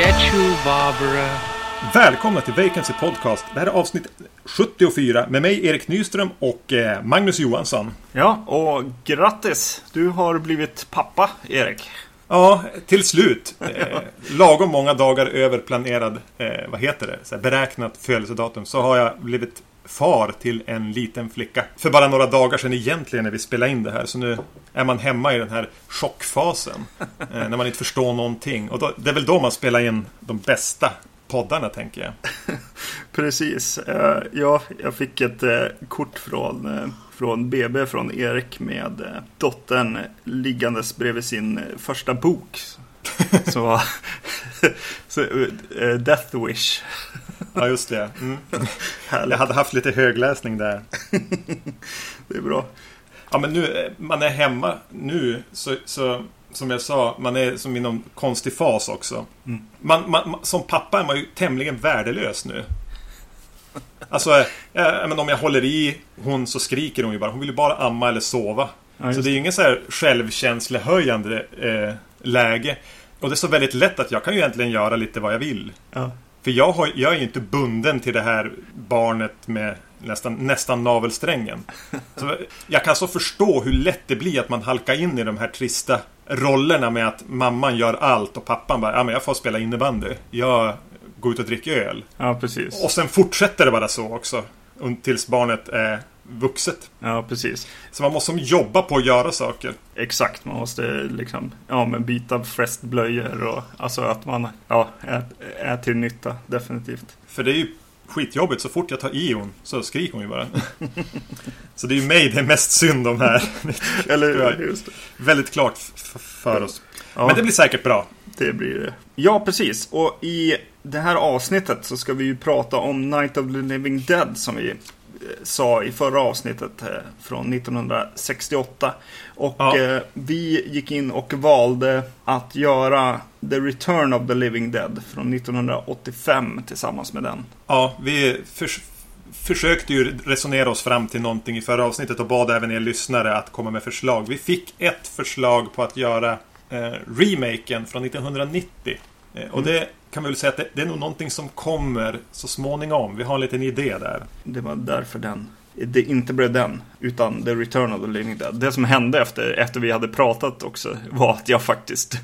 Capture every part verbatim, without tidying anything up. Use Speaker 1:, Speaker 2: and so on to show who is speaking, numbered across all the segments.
Speaker 1: get you, Barbara.
Speaker 2: Välkomna till Vacancy Podcast. Det här är avsnitt sjuttiofyra med mig Erik Nyström och eh, Magnus Johansson.
Speaker 3: Ja, och grattis! Du har blivit pappa, Erik.
Speaker 2: Ja, till slut. Eh, lagom många dagar över planerad, eh, vad heter det, så här, beräknat födelsedatum, så har jag blivit far till en liten flicka. För bara några dagar sedan egentligen när vi spelade in det här. Så nu är man hemma i den här chockfasen. Eh, när man inte förstår någonting. Och då, det är väl då man spelar in de bästa poddarna, tänker jag.
Speaker 3: Precis. Uh, ja, jag fick ett uh, kort från, uh, från B B från Erik med uh, dottern liggandes bredvid sin uh, första bok. Så, så uh, Death Wish.
Speaker 2: Ja, just det. Mm. Jag hade haft lite högläsning där.
Speaker 3: Det är bra.
Speaker 2: Ja, men nu, man är hemma nu, så... så som jag sa, man är som i någon konstig fas också. Mm. Man, man, som pappa är man ju tämligen värdelös nu. Alltså, jag, men om jag håller i hon, så skriker hon ju bara. Hon vill ju bara amma eller sova. Ja, så det är ju ingen så här självkänslehöjande eh, läge. Och det är så väldigt lätt att jag kan ju egentligen göra lite vad jag vill. Ja. För jag, har, jag är ju inte bunden till det här barnet med nästan, nästan navelsträngen. Så jag kan så förstå hur lätt det blir att man halkar in i de här trista rollerna med att mamman gör allt och pappan bara, ja men jag får spela innebandy. Jag går ut och dricker öl.
Speaker 3: Ja, precis.
Speaker 2: Och sen fortsätter det bara så också. Tills barnet är vuxet.
Speaker 3: Ja, precis.
Speaker 2: Så man måste jobba på att göra saker.
Speaker 3: Exakt, man måste liksom, ja, men byta frästblöjor och alltså att man, ja, är, är till nytta, definitivt.
Speaker 2: För det är ju skitjobbigt, så fort jag tar i hon så skriker hon ju bara. Så det är ju mig det är mest synd om här. Eller just det. Väldigt klart f- för oss. Ja. Men det blir säkert bra.
Speaker 3: Det blir det. Ja, precis. Och i det här avsnittet så ska vi ju prata om Night of the Living Dead, som vi sa i förra avsnittet eh, från nittonhundrasextioåtta. Och ja. eh, vi gick in och valde att göra The Return of the Living Dead från nittonhundraåttiofem tillsammans med den.
Speaker 2: Ja, vi förs- försökte ju resonera oss fram till någonting i förra avsnittet och bad även er lyssnare att komma med förslag. Vi fick ett förslag på att göra eh, remaken från nittonhundranittio. Eh, och mm. det kan vi väl säga att det, det är nog någonting som kommer så småningom. Vi har en liten idé där.
Speaker 3: Det var därför den det inte blev den, utan The Return of the Living Dead. Det som hände efter, efter vi hade pratat också var att jag faktiskt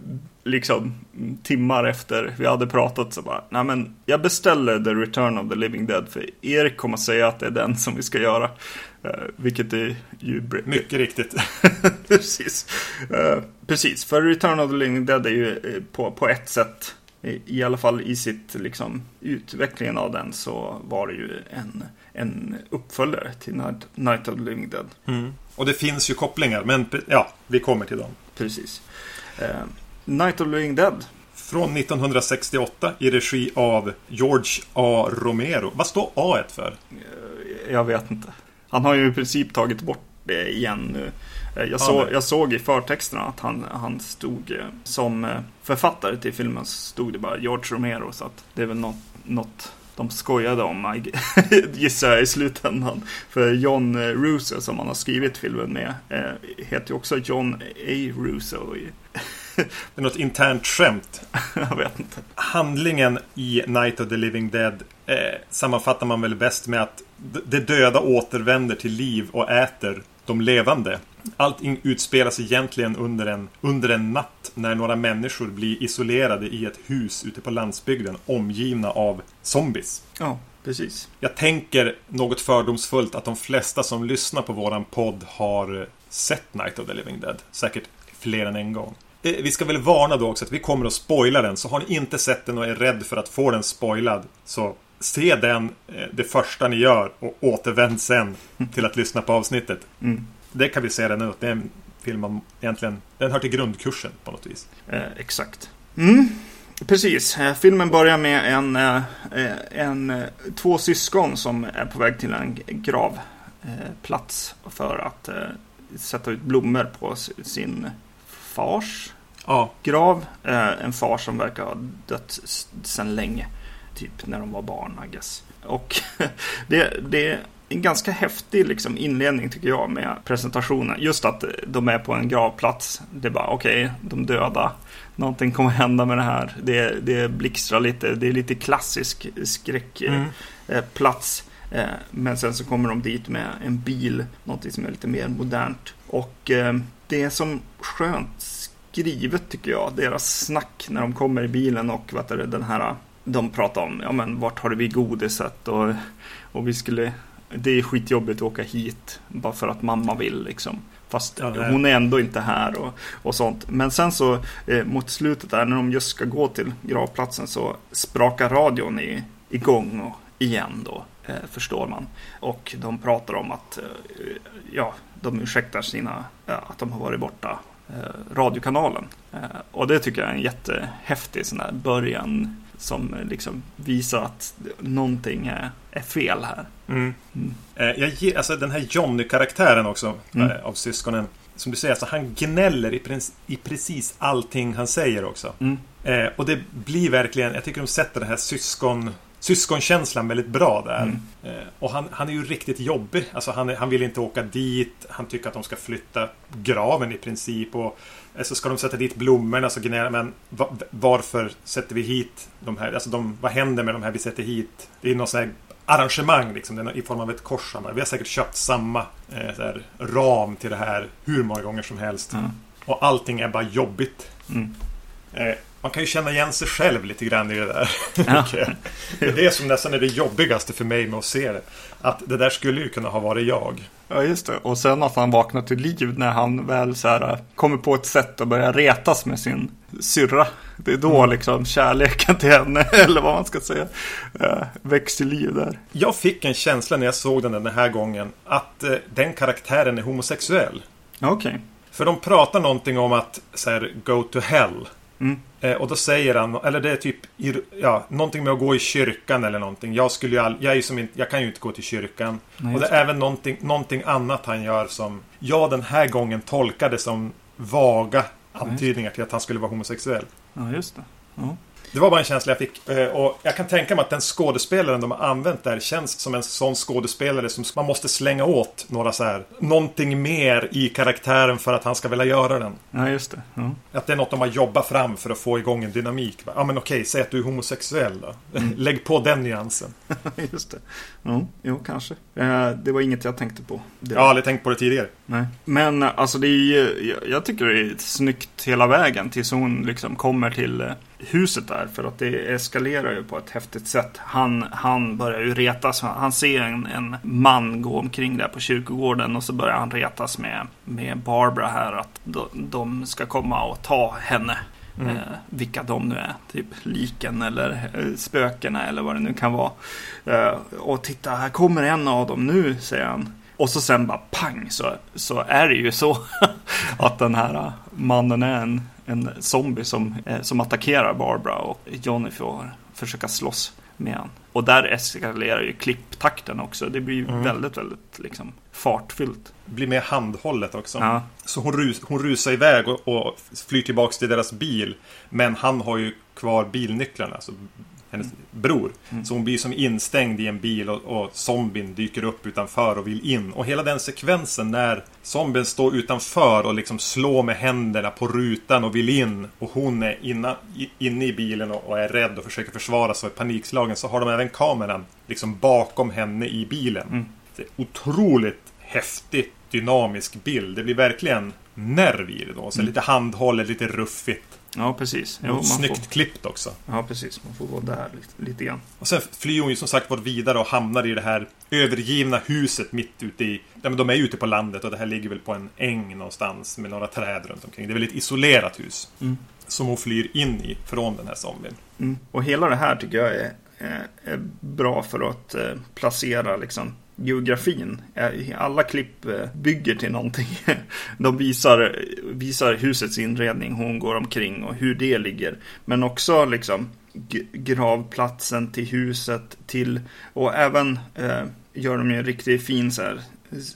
Speaker 3: liksom timmar efter vi hade pratat så bara, nej men jag beställer The Return of the Living Dead, för Erik kommer säga att det är den som vi ska göra. Uh, vilket är ju
Speaker 2: mycket riktigt.
Speaker 3: Precis. Uh, precis, för Return of the Living Dead är ju uh, på, på ett sätt, i alla fall i sitt liksom utvecklingen av den, så var det ju en, en uppföljare till Night, Night of the Living Dead.
Speaker 2: Mm. Och det finns ju kopplingar, men ja, vi kommer till dem.
Speaker 3: Precis. Uh, Night of the Living Dead
Speaker 2: från nittonhundrasextioåtta i regi av George A. Romero. Vad står A ett för?
Speaker 3: Uh, jag vet inte. Han har ju i princip tagit bort det igen nu. Jag, så, ja, jag såg i förtexterna att han, han stod som författare till filmen, stod det bara George Romero, så att det är väl något, något de skojade om, gissar jag, i slutändan. För John Russo, som han har skrivit filmen med, heter ju också John A. Russo.
Speaker 2: Det är något internt skämt.
Speaker 3: Jag vet inte.
Speaker 2: Handlingen i Night of the Living Dead eh, sammanfattar man väl bäst med att de döda återvänder till liv och äter de levande. Allting utspelas egentligen under en, under en natt när några människor blir isolerade i ett hus ute på landsbygden, omgivna av zombies.
Speaker 3: Ja, precis.
Speaker 2: Jag tänker något fördomsfullt att de flesta som lyssnar på våran podd har sett Night of the Living Dead. Säkert fler än en gång. Vi ska väl varna då också att vi kommer att spoila den. Så har ni inte sett den och är rädd för att få den spoilad, så se den det första ni gör och återvänd sen till att lyssna på avsnittet. Mm. Det kan vi se redan nu. Det är en film man egentligen, den hör till grundkursen på något vis.
Speaker 3: Eh, exakt. Mm. Precis. Filmen börjar med en, en, två syskon som är på väg till en gravplats för att sätta ut blommor på sin fars
Speaker 2: ja.
Speaker 3: grav. En far som verkar ha dött sedan länge. Typ när de var barn, I guess. Och det, det en ganska häftig liksom, inledning tycker jag med presentationen. Just att de är på en gravplats. Det är bara okej, okay, de döda. Någonting kommer hända med det här. Det, det blixtrar lite. Det är lite klassisk skräckplats. Mm. Eh, men sen så kommer de dit med en bil. Någonting som är lite mer modernt. Och eh, det är som skönt skrivet tycker jag. Deras snack när de kommer i bilen och vad är det, den här... De pratar om, ja men vart har vi godiset och, och vi skulle, det är skitjobbigt att åka hit bara för att mamma vill liksom. Fast ja, hon är ändå inte här och, och sånt. Men sen så eh, mot slutet där när de just ska gå till gravplatsen så sprakar radion i, igång och igen då, eh, förstår man. Och de pratar om att eh, ja, de ursäktar sina, ja, att de har varit borta. Eh, radiokanalen. Eh, och det tycker jag är en jättehäftig sån här början som liksom visar att någonting är, är fel här.
Speaker 2: Mm. Mm. Eh, jag ger, alltså den här Johnny-karaktären också mm. eh, av syskonen, som du säger, alltså, han gnäller i, prins, i precis allting han säger också. Mm. Eh, och det blir verkligen, jag tycker de sätter den här syskon syskonkänslan väldigt bra där. Mm. Eh, och han, han är ju riktigt jobbig. Alltså han, han vill inte åka dit. Han tycker att de ska flytta graven i princip. Och eh, så ska de sätta dit blommorna. Så gnäller, men va, varför sätter vi hit de här? Alltså de, vad händer med de här vi sätter hit? Det är något sån här arrangemang liksom, i form av ett kors. Vi har säkert köpt samma eh, så här, ram till det här hur många gånger som helst. Mm. Och allting är bara jobbigt. Mm. Eh, Man kan ju känna igen sig själv lite grann i det där. Ja. Det är det som nästan är det jobbigaste för mig med att se det. Att det där skulle ju kunna ha varit jag.
Speaker 3: Ja, just det. Och sen att han vaknar till liv när han väl så här, kommer på ett sätt att börja retas med sin syrra. Det är då mm. liksom kärleken till henne, eller vad man ska säga, väcks till liv där.
Speaker 2: Jag fick en känsla när jag såg den den här gången att eh, den karaktären är homosexuell.
Speaker 3: Okej. Okay.
Speaker 2: För de pratar någonting om att så här, go to hell. Mm. Eh, och då säger han, eller det är typ ja, någonting med att gå i kyrkan eller någonting. Jag skulle ju all, jag, är ju som inte, jag kan ju inte gå till kyrkan. Nej, och det är även någonting, någonting annat han gör som jag den här gången tolkade som vaga antydningar till att han skulle vara homosexuell.
Speaker 3: Ja, just det. Ja.
Speaker 2: Det var bara en känsla jag fick. Och jag kan tänka mig att den skådespelaren de har använt där känns som en sån skådespelare som man måste slänga åt några så här, någonting mer i karaktären för att han ska vilja göra den.
Speaker 3: Ja, just det. Ja.
Speaker 2: Att det är något de har jobbat fram för att få igång en dynamik. Ja, men okej, säg att du är homosexuell då. Mm. Lägg på den nyansen.
Speaker 3: Just det. Ja, jo, kanske. Eh, det var inget jag tänkte på. Det
Speaker 2: jag har aldrig tänkt på det tidigare.
Speaker 3: Nej. Men alltså det är ju, jag, jag tycker det är snyggt hela vägen tills hon liksom kommer till eh, huset där, för att det eskalerar ju på ett häftigt sätt. Han, han börjar ju retas. Han ser en, en man gå omkring där på kyrkogården och så börjar han retas med, med Barbara här att de, de ska komma och ta henne. Mm. Eh, vilka de nu är. Typ liken eller eh, spökena eller vad det nu kan vara. Eh, och titta, här kommer en av dem nu, säger han. Och så sen bara pang så, så är det ju så att den här mannen är en, en zombie som, eh, som attackerar Barbara och Johnny får försöka slåss med han. Och där eskalerar ju klipptakten också. Det blir ju mm. väldigt, väldigt liksom fartfyllt.
Speaker 2: Det blir mer handhållet också.
Speaker 3: Ja.
Speaker 2: Så hon, rus, hon rusar iväg och, och flyr tillbaka till deras bil. Men han har ju kvar bilnycklarna, alltså hennes mm. bror. Mm. Så hon blir som instängd i en bil och, och zombien dyker upp utanför och vill in. Och hela den sekvensen när zombien står utanför och liksom slår med händerna på rutan och vill in. Och hon är inna, inne i bilen och, och är rädd och försöker försvara sig och är panikslagen. Så har de även kameran liksom bakom henne i bilen. Mm. Det är otroligt häftigt, dynamisk bild. Det blir verkligen nerv i det då. Så mm. lite handhållet, lite ruffigt.
Speaker 3: Ja, precis. Jo,
Speaker 2: man snyggt
Speaker 3: får...
Speaker 2: klippt också.
Speaker 3: Ja, precis. Man får vara där lite, lite grann.
Speaker 2: Och sen flyr hon ju som sagt vart vidare och hamnar i det här övergivna huset mitt ute i... Ja, men de är ute på landet och det här ligger väl på en äng någonstans med några träd runt omkring. Det är väl ett isolerat hus mm. som hon flyr in i från den här zombien.
Speaker 3: Mm. Och hela det här tycker jag är, är, är bra för att eh, placera liksom geografin. Alla klipp bygger till någonting. De visar, visar husets inredning, hon går omkring och hur det ligger. Men också liksom gravplatsen till huset till, och även eh, gör de ju en riktigt fin så här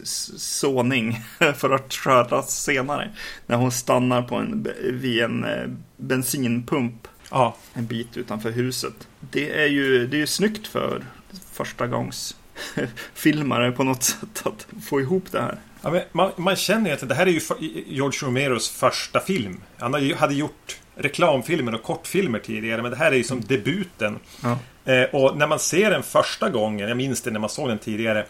Speaker 3: såning för att skördas senare. När hon stannar på en, vid en eh, bensinpump. Ja. En bit utanför huset. Det är ju, det är ju snyggt för första gångs filmare på något sätt att få ihop det här.
Speaker 2: Ja, men man, man känner ju att det här är ju George Romeros första film. Han hade gjort reklamfilmer och kortfilmer tidigare, men det här är ju som debuten.
Speaker 3: Ja.
Speaker 2: Eh, och när man ser den första gången, jag minns det när man såg den tidigare,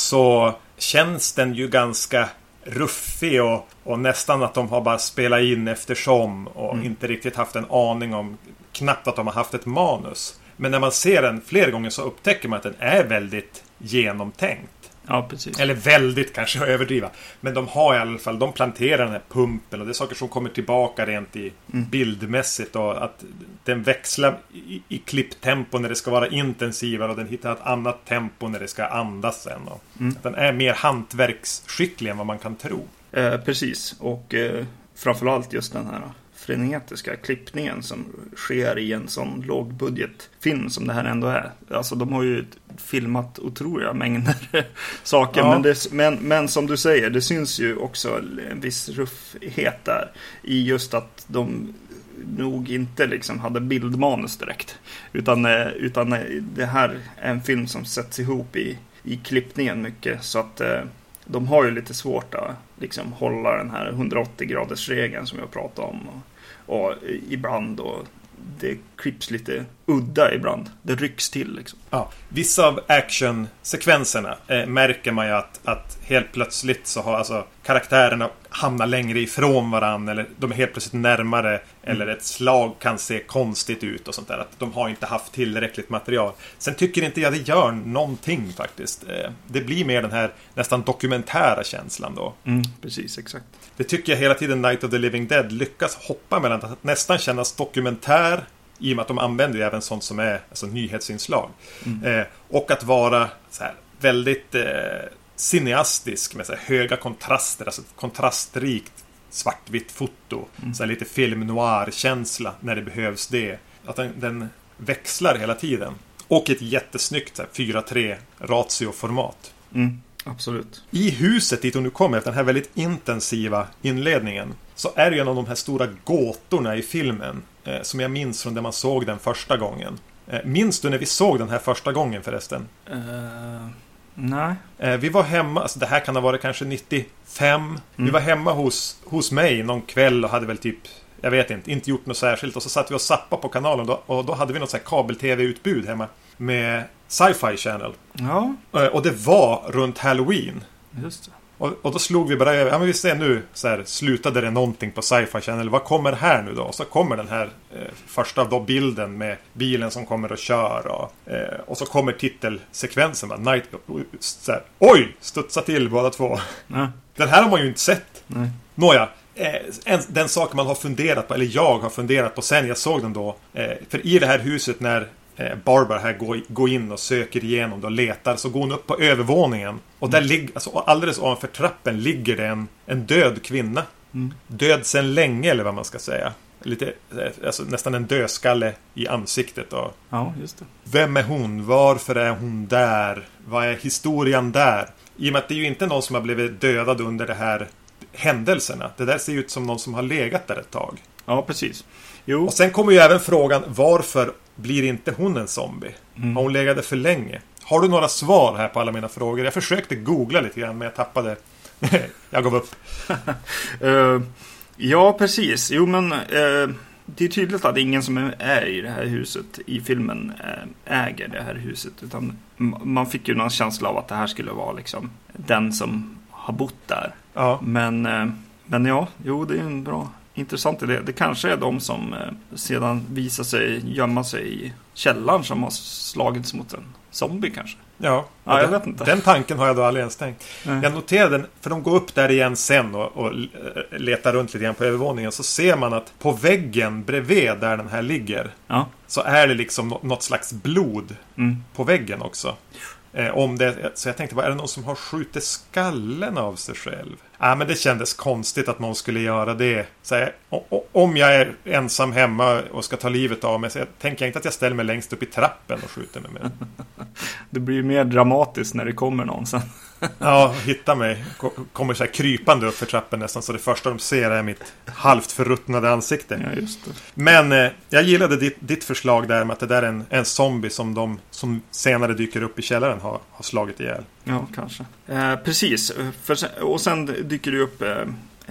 Speaker 2: så känns den ju ganska ruffig och, och nästan att de har bara spelat in eftersom och mm. inte riktigt haft en aning om, knappt att de har haft ett manus. Men när man ser den fler gånger så upptäcker man att den är väldigt genomtänkt.
Speaker 3: Ja, precis.
Speaker 2: Eller väldigt kanske att överdriva. Men de har i alla fall, de planterar den här pumpen och det är saker som kommer tillbaka rent i mm. bildmässigt och att den växlar i, i klipptempo när det ska vara intensivare och den hittar ett annat tempo när det ska andas sen. Och mm. att den är mer hantverksskicklig än vad man kan tro.
Speaker 3: Eh, precis, och eh, framförallt just den här frenetiska klippningen som sker i en sån lågbudgetfilm som det här ändå är. Alltså de har ju filmat otroliga mängder saker, ja. men, det, men, men som du säger, det syns ju också en viss ruffhet där i just att de nog inte liksom hade bildmanus direkt, utan, utan det här är en film som sätts ihop i, i klippningen mycket, så att de har ju lite svårt att liksom hålla den här hundraåttio graders regeln som jag pratade om. Och, och ibland då det klipps lite udda ibland. Det rycks till liksom.
Speaker 2: Ja, vissa av actionsekvenserna eh, märker man ju att, att helt plötsligt så har alltså karaktärerna hamnar längre ifrån varandra eller de är helt plötsligt närmare mm. eller ett slag kan se konstigt ut och sånt där. Att de har inte haft tillräckligt material. Sen tycker inte jag det gör någonting faktiskt. Eh, det blir mer den här nästan dokumentära känslan då.
Speaker 3: Mm, precis, exakt.
Speaker 2: Det tycker jag hela tiden Night of the Living Dead lyckas hoppa mellan att nästan kännas dokumentär i och med att de använder ju även sånt som är alltså, nyhetsinslag. Mm. Eh, och att vara så här, väldigt eh, cineastisk med så här, höga kontraster, alltså kontrastrikt svartvitt foto. Mm. Så här, lite film noir-känsla när det behövs det. Att den, den växlar hela tiden. Och ett jättesnyggt så här, fyra tre ratio-format.
Speaker 3: Mm. Absolut.
Speaker 2: I huset dit hon nu kommer efter den här väldigt intensiva inledningen så är det ju en av de här stora gåtorna i filmen eh, som jag minns från när man såg den första gången. Eh, minns du när vi såg den här första gången förresten?
Speaker 3: Uh, nej.
Speaker 2: Eh, vi var hemma, alltså det här kan ha varit kanske nittiofem. Mm. Vi var hemma hos, hos mig någon kväll och hade väl typ, jag vet inte, inte gjort något särskilt. Och så satt vi och zappade på kanalen då, och då hade vi något så här kabel-tv-utbud hemma med Sci-Fi Channel.
Speaker 3: Ja.
Speaker 2: Och det var runt Halloween.
Speaker 3: Just det.
Speaker 2: Och, och då slog vi bara över. Ja men vi ser nu så här, slutade det någonting på Sci-Fi Channel. Vad kommer här nu då? Och så kommer den här eh, första då bilden med bilen som kommer och kör. Och, eh, och så kommer titelsekvensen. Bara, Night, så här, oj! Studsa till båda två.
Speaker 3: Nej.
Speaker 2: Den här har man ju inte sett.
Speaker 3: Nej.
Speaker 2: Nåja. Eh, en, den sak man har funderat på, eller jag har funderat på sen jag såg den då. Eh, för i det här huset när Barbara här går, går in och söker igenom och letar, så går hon upp på övervåningen och där ligger, alltså alldeles ovanför trappen ligger det en, en död kvinna. Mm. Död sedan länge eller vad man ska säga. Lite, alltså nästan en dödskalle i ansiktet. Och
Speaker 3: ja, just det.
Speaker 2: Vem är hon? Varför är hon där? Vad är historien där? I och med att det är ju inte någon som har blivit dödad under det här händelserna. Det där ser ut som någon som har legat där ett tag.
Speaker 3: Ja, precis. Jo.
Speaker 2: Och sen kommer ju även frågan, varför blir inte hon en zombie? Mm. Har hon legat för länge? Har du några svar här på alla mina frågor? Jag försökte googla lite grann, men jag tappade. Jag gav upp.
Speaker 3: uh, ja, precis. Jo, men uh, det är tydligt att ingen som är i det här huset i filmen uh, äger det här huset. Utan man fick ju någon känsla av att det här skulle vara liksom den som har bott där.
Speaker 2: Ja.
Speaker 3: Men, uh, men ja, jo, det är en bra... intressant idé. Det kanske är de som eh, sedan visar sig gömma sig i källaren som har slagits mot en zombie kanske.
Speaker 2: Ja,
Speaker 3: ja jag
Speaker 2: den,
Speaker 3: vet inte.
Speaker 2: Den tanken har jag då aldrig ens tänkt. Mm. Jag noterade den, för de går upp där igen sen och, och letar runt lite grann på övervåningen, så ser man att på väggen bredvid där den här ligger
Speaker 3: ja.
Speaker 2: så är det liksom något slags blod mm. på väggen också. Eh, om det, så jag tänkte, vad är det någon som har skjutit skallen av sig själv? Ja, men det kändes konstigt att någon skulle göra det. Så här, om jag är ensam hemma och ska ta livet av mig, så jag tänker inte att jag ställer mig längst upp i trappen och skjuter mig med.
Speaker 3: Det blir ju mer dramatiskt när det kommer någon sen.
Speaker 2: Ja, hitta mig. Kommer så här krypande upp för trappen nästan, så det första de ser är mitt halvt förruttnade ansikte.
Speaker 3: Ja, just det.
Speaker 2: Men eh, jag gillade ditt, ditt förslag där med att det där är en, en zombie som de som senare dyker upp i källaren har, har slagit ihjäl.
Speaker 3: Ja, kanske. Eh, precis. För sen, och sen dyker det upp eh,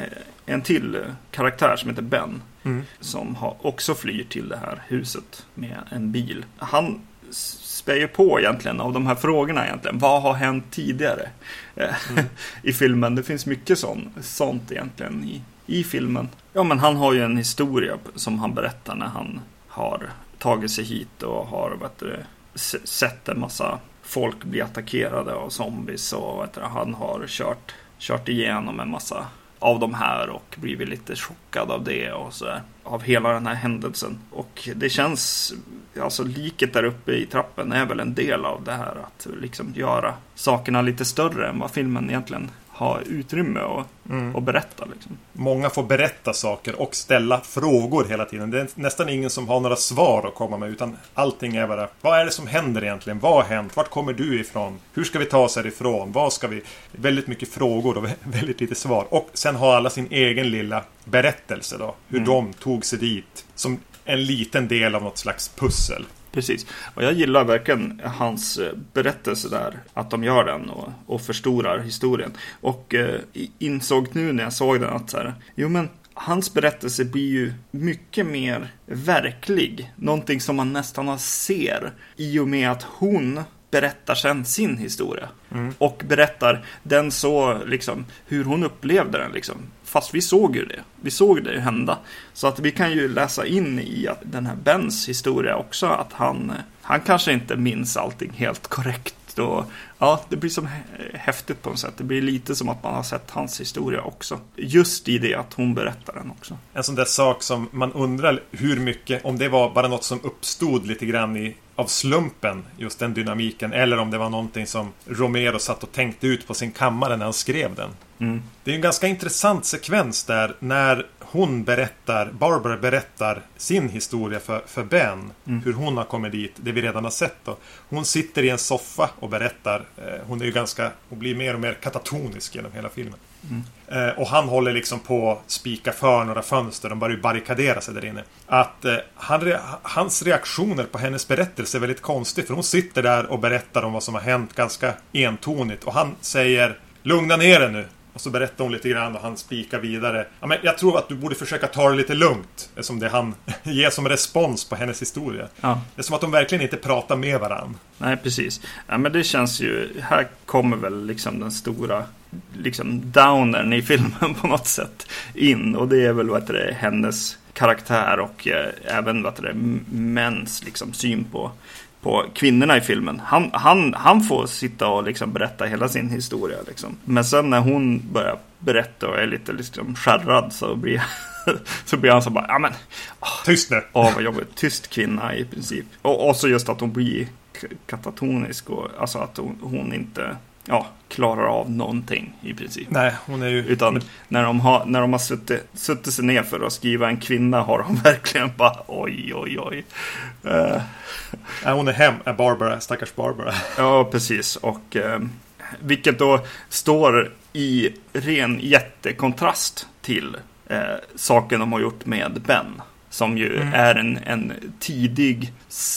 Speaker 3: en till karaktär som heter Ben. Mm. Som har, också flyr till det här huset med en bil. Han spär ju på egentligen av de här frågorna egentligen. Vad har hänt tidigare mm. i filmen? Det finns mycket sånt, sånt egentligen i, i filmen. Ja, men han har ju en historia som han berättar när han har tagit sig hit och har vet du, sett en massa folk bli attackerade av zombies och vet du, han har kört, kört igenom en massa av de här och blivit lite chockad av det och så där, av hela den här händelsen. Och det känns, alltså liket där uppe i trappen är väl en del av det här, att liksom göra sakerna lite större än vad filmen egentligen har utrymme och, mm. och berätta liksom.
Speaker 2: Många får berätta saker och ställa frågor hela tiden. Det är nästan ingen som har några svar att komma med, utan allting är bara, vad är det som händer egentligen? Vad har hänt? Vart kommer du ifrån? Hur ska vi ta oss härifrån? Vad ska vi? Väldigt mycket frågor och väldigt lite svar. Och sen har alla sin egen lilla berättelse då. Hur mm. de tog sig dit. Som en liten del av något slags pussel.
Speaker 3: Precis, och jag gillar verkligen hans berättelse där, att de gör den och, och förstorar historien. Och eh, insåg nu när jag såg den att så här, jo men hans berättelse blir ju mycket mer verklig. Någonting som man nästan ser i och med att hon berättar sen sin historia. Mm. Och berättar den så liksom, hur hon upplevde den liksom. Fast vi såg ju det. Vi såg det ju hända. Så att vi kan ju läsa in i att den här Bens historia också, att han, han kanske inte minns allting helt korrekt. Och, ja, det blir som häftigt på något sätt. Det blir lite som att man har sett hans historia också. Just i det att hon berättar den också.
Speaker 2: En sån där sak som man undrar hur mycket, om det var bara något som uppstod lite grann i, av slumpen, just den dynamiken, eller om det var någonting som Romero satt och tänkte ut på sin kammare när han skrev den. Mm. Det är en ganska intressant sekvens där när hon berättar, Barbara berättar sin historia för, för Ben, mm. hur hon har kommit dit, det vi redan har sett då. Hon sitter i en soffa och berättar, eh, hon är ju ganska, hon blir mer och mer katatonisk genom hela filmen. Mm. Eh, och han håller liksom på att spika för några fönster, de bara barrikadera sig där inne. Att eh, han, hans reaktioner på hennes berättelse är väldigt konstigt, för hon sitter där och berättar om vad som har hänt ganska entonigt, och han säger, lugna ner dig nu. Och så berättar hon lite grann och han spikar vidare. Ja, men jag tror att du borde försöka ta det lite lugnt, som det han ger som respons på hennes historia. Ja. Det är som att de verkligen inte pratar med varann.
Speaker 3: Nej, precis. Ja, men det känns ju, här kommer väl liksom den stora liksom downern i filmen på något sätt in. Och det är väl vad det är, hennes karaktär och eh, även vad det är, mäns liksom syn på på kvinnorna i filmen. Han, han, han får sitta och liksom berätta hela sin historia. Liksom. Men sen när hon börjar berätta och är lite liksom skärrad, så blir, så blir han så bara, ja men åh,
Speaker 2: tyst nu.
Speaker 3: Åh, vad jobbigt. Tyst kvinna i princip. Och, och så just att hon blir katatonisk. Och, alltså att hon, hon inte ja, klarar av någonting i princip.
Speaker 2: Nej, hon är ju...
Speaker 3: Utan när de har, när de har suttit, suttit sig ner för att skriva en kvinna, har de verkligen bara oj, oj, oj. Uh,
Speaker 2: ja, hon är hem, är Barbara, stackars Barbara.
Speaker 3: Ja, precis. Och uh, vilket då står i ren jättekontrast till uh, saken de har gjort med Ben. Som ju mm. är en, en tidig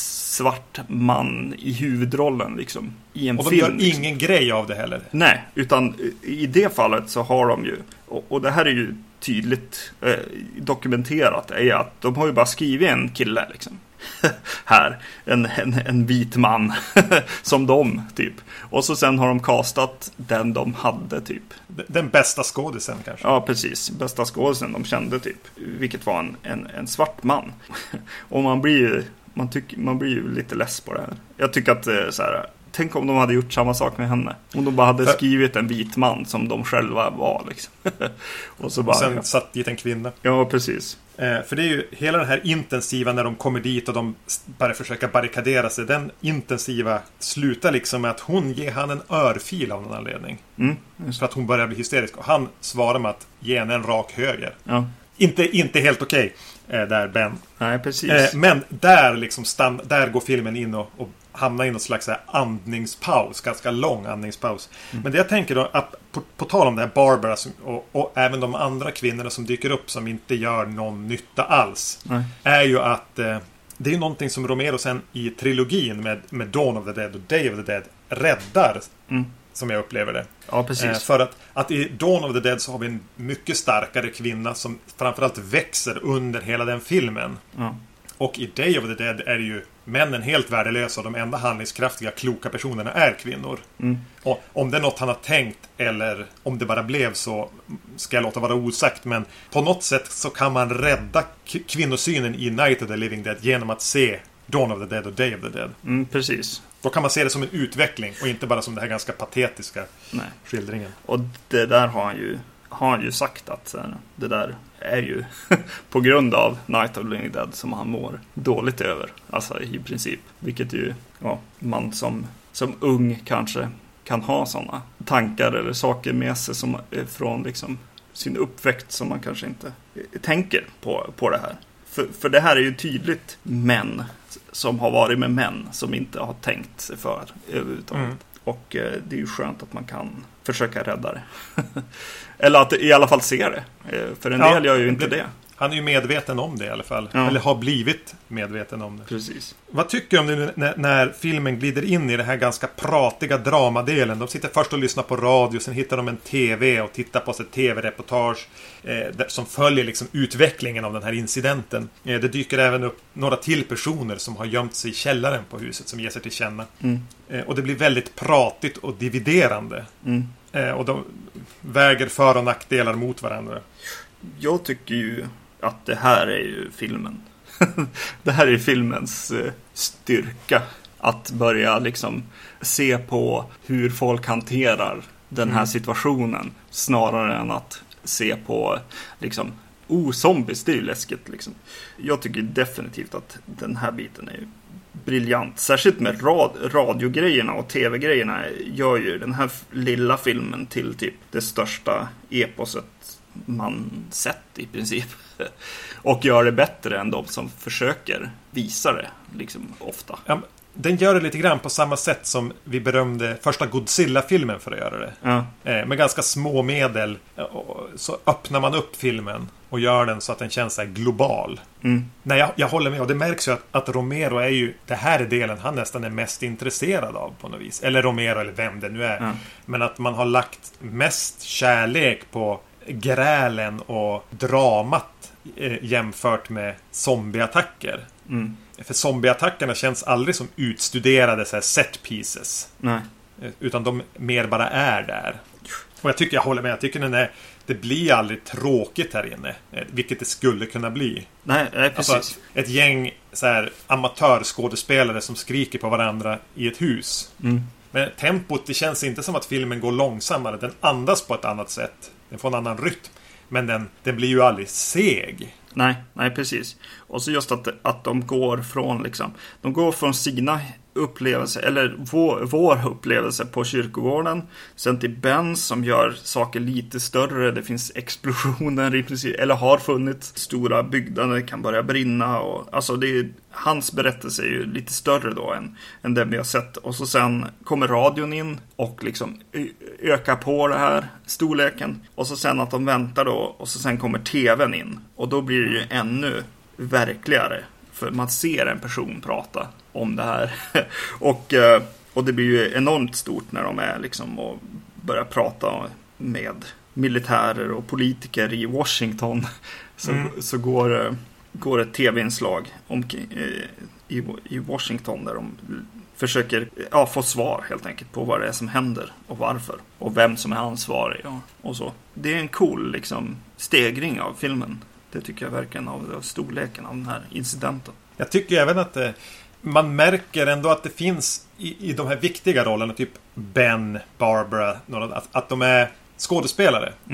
Speaker 3: svart man i huvudrollen liksom, i en
Speaker 2: och de
Speaker 3: film,
Speaker 2: gör
Speaker 3: liksom.
Speaker 2: Ingen grej av det heller.
Speaker 3: Nej, utan i det fallet så har de ju, och, och det här är ju tydligt eh, dokumenterat, är att de har ju bara skrivit en kille liksom. Här, en, en, en vit man som de typ. Och så sen har de castat den de hade typ.
Speaker 2: Den bästa skådisen kanske.
Speaker 3: Ja, precis, bästa skådisen de kände typ. Vilket var en, en, en svart man. Och man blir ju Man, tycker, man blir ju lite less på det här. Jag tycker att så här, tänk om de hade gjort samma sak med henne. Om de bara hade skrivit en vit man som de själva var liksom. Och så bara,
Speaker 2: och sen
Speaker 3: ja.
Speaker 2: satt dit en kvinna.
Speaker 3: Ja, precis.
Speaker 2: Eh, för det är ju hela den här intensiva när de kommer dit och de bara försöker barrikadera sig. Den intensiva slutar liksom med att hon ger han en örfil av någon anledning.
Speaker 3: Mm,
Speaker 2: för att hon börjar bli hysterisk. Och han svarar med att ge henne en rak höger.
Speaker 3: Ja.
Speaker 2: Inte, inte helt okej okay, eh, där Ben.
Speaker 3: Nej, precis.
Speaker 2: Eh, men där, liksom stann, där går filmen in och, och hamnar i något slags här andningspaus. Ganska lång andningspaus. Mm. Men det jag tänker då, att på, på tal om det här Barbara som, och, och även de andra kvinnorna som dyker upp som inte gör någon nytta alls. Nej. Är ju att eh, det är någonting som Romero sen i trilogin med, med Dawn of the Dead och Day of the Dead räddar. Mm. Som jag upplever det.
Speaker 3: Ja, precis.
Speaker 2: Eh, för att, att i Dawn of the Dead så har vi en mycket starkare kvinna som framförallt växer under hela den filmen. Ja. Och i Day of the Dead är det ju männen helt värdelösa och de enda handlingskraftiga, kloka personerna är kvinnor. Mm. Och om det är något han har tänkt eller om det bara blev så ska jag låta vara osagt. Men på något sätt så kan man rädda k- kvinnosynen i Night of the Living Dead genom att se Dawn of the Dead och Day of the Dead.
Speaker 3: Mm, precis.
Speaker 2: Då kan man se det som en utveckling och inte bara som det här ganska patetiska Nej. skildringen.
Speaker 3: Och det där har han ju, har han ju sagt att det där är ju på grund av Night of the Living Dead som han mår dåligt över. Alltså i princip. Vilket ju ja, man som, som ung kanske kan ha sådana tankar eller saker med sig som är från liksom sin uppväxt som man kanske inte tänker på, på det här. För, för det här är ju tydligt män som har varit med män som inte har tänkt sig för överhuvudtaget. Mm. Och eh, det är ju skönt att man kan försöka rädda det. Eller att i alla fall se det. Eh, för en ja, del gör ju inte det.
Speaker 2: Han är ju medveten om det i alla fall. Ja. Eller har blivit medveten om det.
Speaker 3: Precis.
Speaker 2: Vad tycker du om det nu när, när filmen glider in i det här ganska pratiga dramadelen? De sitter först och lyssnar på radio, sen hittar de en tv och tittar på ett tv-reportage eh, där, som följer liksom utvecklingen av den här incidenten. Eh, det dyker även upp några till personer som har gömt sig i källaren på huset som ger sig till känna. Mm. Eh, och det blir väldigt pratigt och dividerande. Mm. Eh, och de väger för- och nackdelar mot varandra.
Speaker 3: Jag tycker ju att det här är ju filmen. Det här är filmens eh, styrka. Att börja liksom se på hur folk hanterar den här mm. situationen. Snarare än att se på liksom, oh, zombies, det är ju läskigt liksom. Jag tycker definitivt att den här biten är ju briljant. Särskilt med rad- radiogrejerna och tv-grejerna gör ju den här lilla filmen till typ det största eposet man sett i princip. Och gör det bättre än de som försöker visa det liksom ofta.
Speaker 2: Ja, den gör det lite grann på samma sätt som vi berömde första Godzilla-filmen för att göra det. Ja. Eh, med ganska små medel så öppnar man upp filmen och gör den så att den känns så här global. Mm. Nej, jag, jag håller med. Och det märks ju att, att Romero är ju, det här är delen han nästan är mest intresserad av på något vis. Eller Romero eller vem det nu är. Ja. Men att man har lagt mest kärlek på grälen och dramat eh, jämfört med zombieattacker. Mm. För zombieattackerna känns aldrig som utstuderade så här set pieces. Nej. Utan de mer bara är där. Och jag tycker jag håller med. Jag tycker den är, det blir aldrig tråkigt här inne. Vilket det skulle kunna bli.
Speaker 3: Nej, nej precis.
Speaker 2: Alltså, ett gäng så här amatörskådespelare som skriker på varandra i ett hus. Mm. Men tempot, det känns inte som att filmen går långsammare. Den andas på ett annat sätt. Den får en annan rytm. Men den, den blir ju aldrig seg.
Speaker 3: Nej, nej precis. Och så just att, att de går från liksom, de går från sina upplevelser, eller vår, vår upplevelse på kyrkogården, sen till Ben som gör saker lite större. Det finns explosioner i princip, eller har funnits stora byggnader kan börja brinna och, alltså det är, hans berättelse är ju lite större då än, än det vi har sett. Och så sen kommer radion in och liksom ökar på det här storleken, och så sen att de väntar då, och så sen kommer tvn in och då blir det ju ännu verkligare. För man ser en person prata om det här. och, och det blir ju enormt stort när de är liksom och börjar prata med militärer och politiker i Washington. Så, mm. så går, går ett tv-inslag om, i, i Washington där de försöker ja, få svar helt enkelt på vad det är som händer och varför. Och vem som är ansvarig och, och så. Det är en cool liksom, stegring av filmen. Det tycker jag verkligen av storleken av den här incidenten.
Speaker 2: Jag tycker även att det, man märker ändå att det finns i, i de här viktiga rollerna, typ Ben, Barbara, några, att, att de är skådespelare. Mm.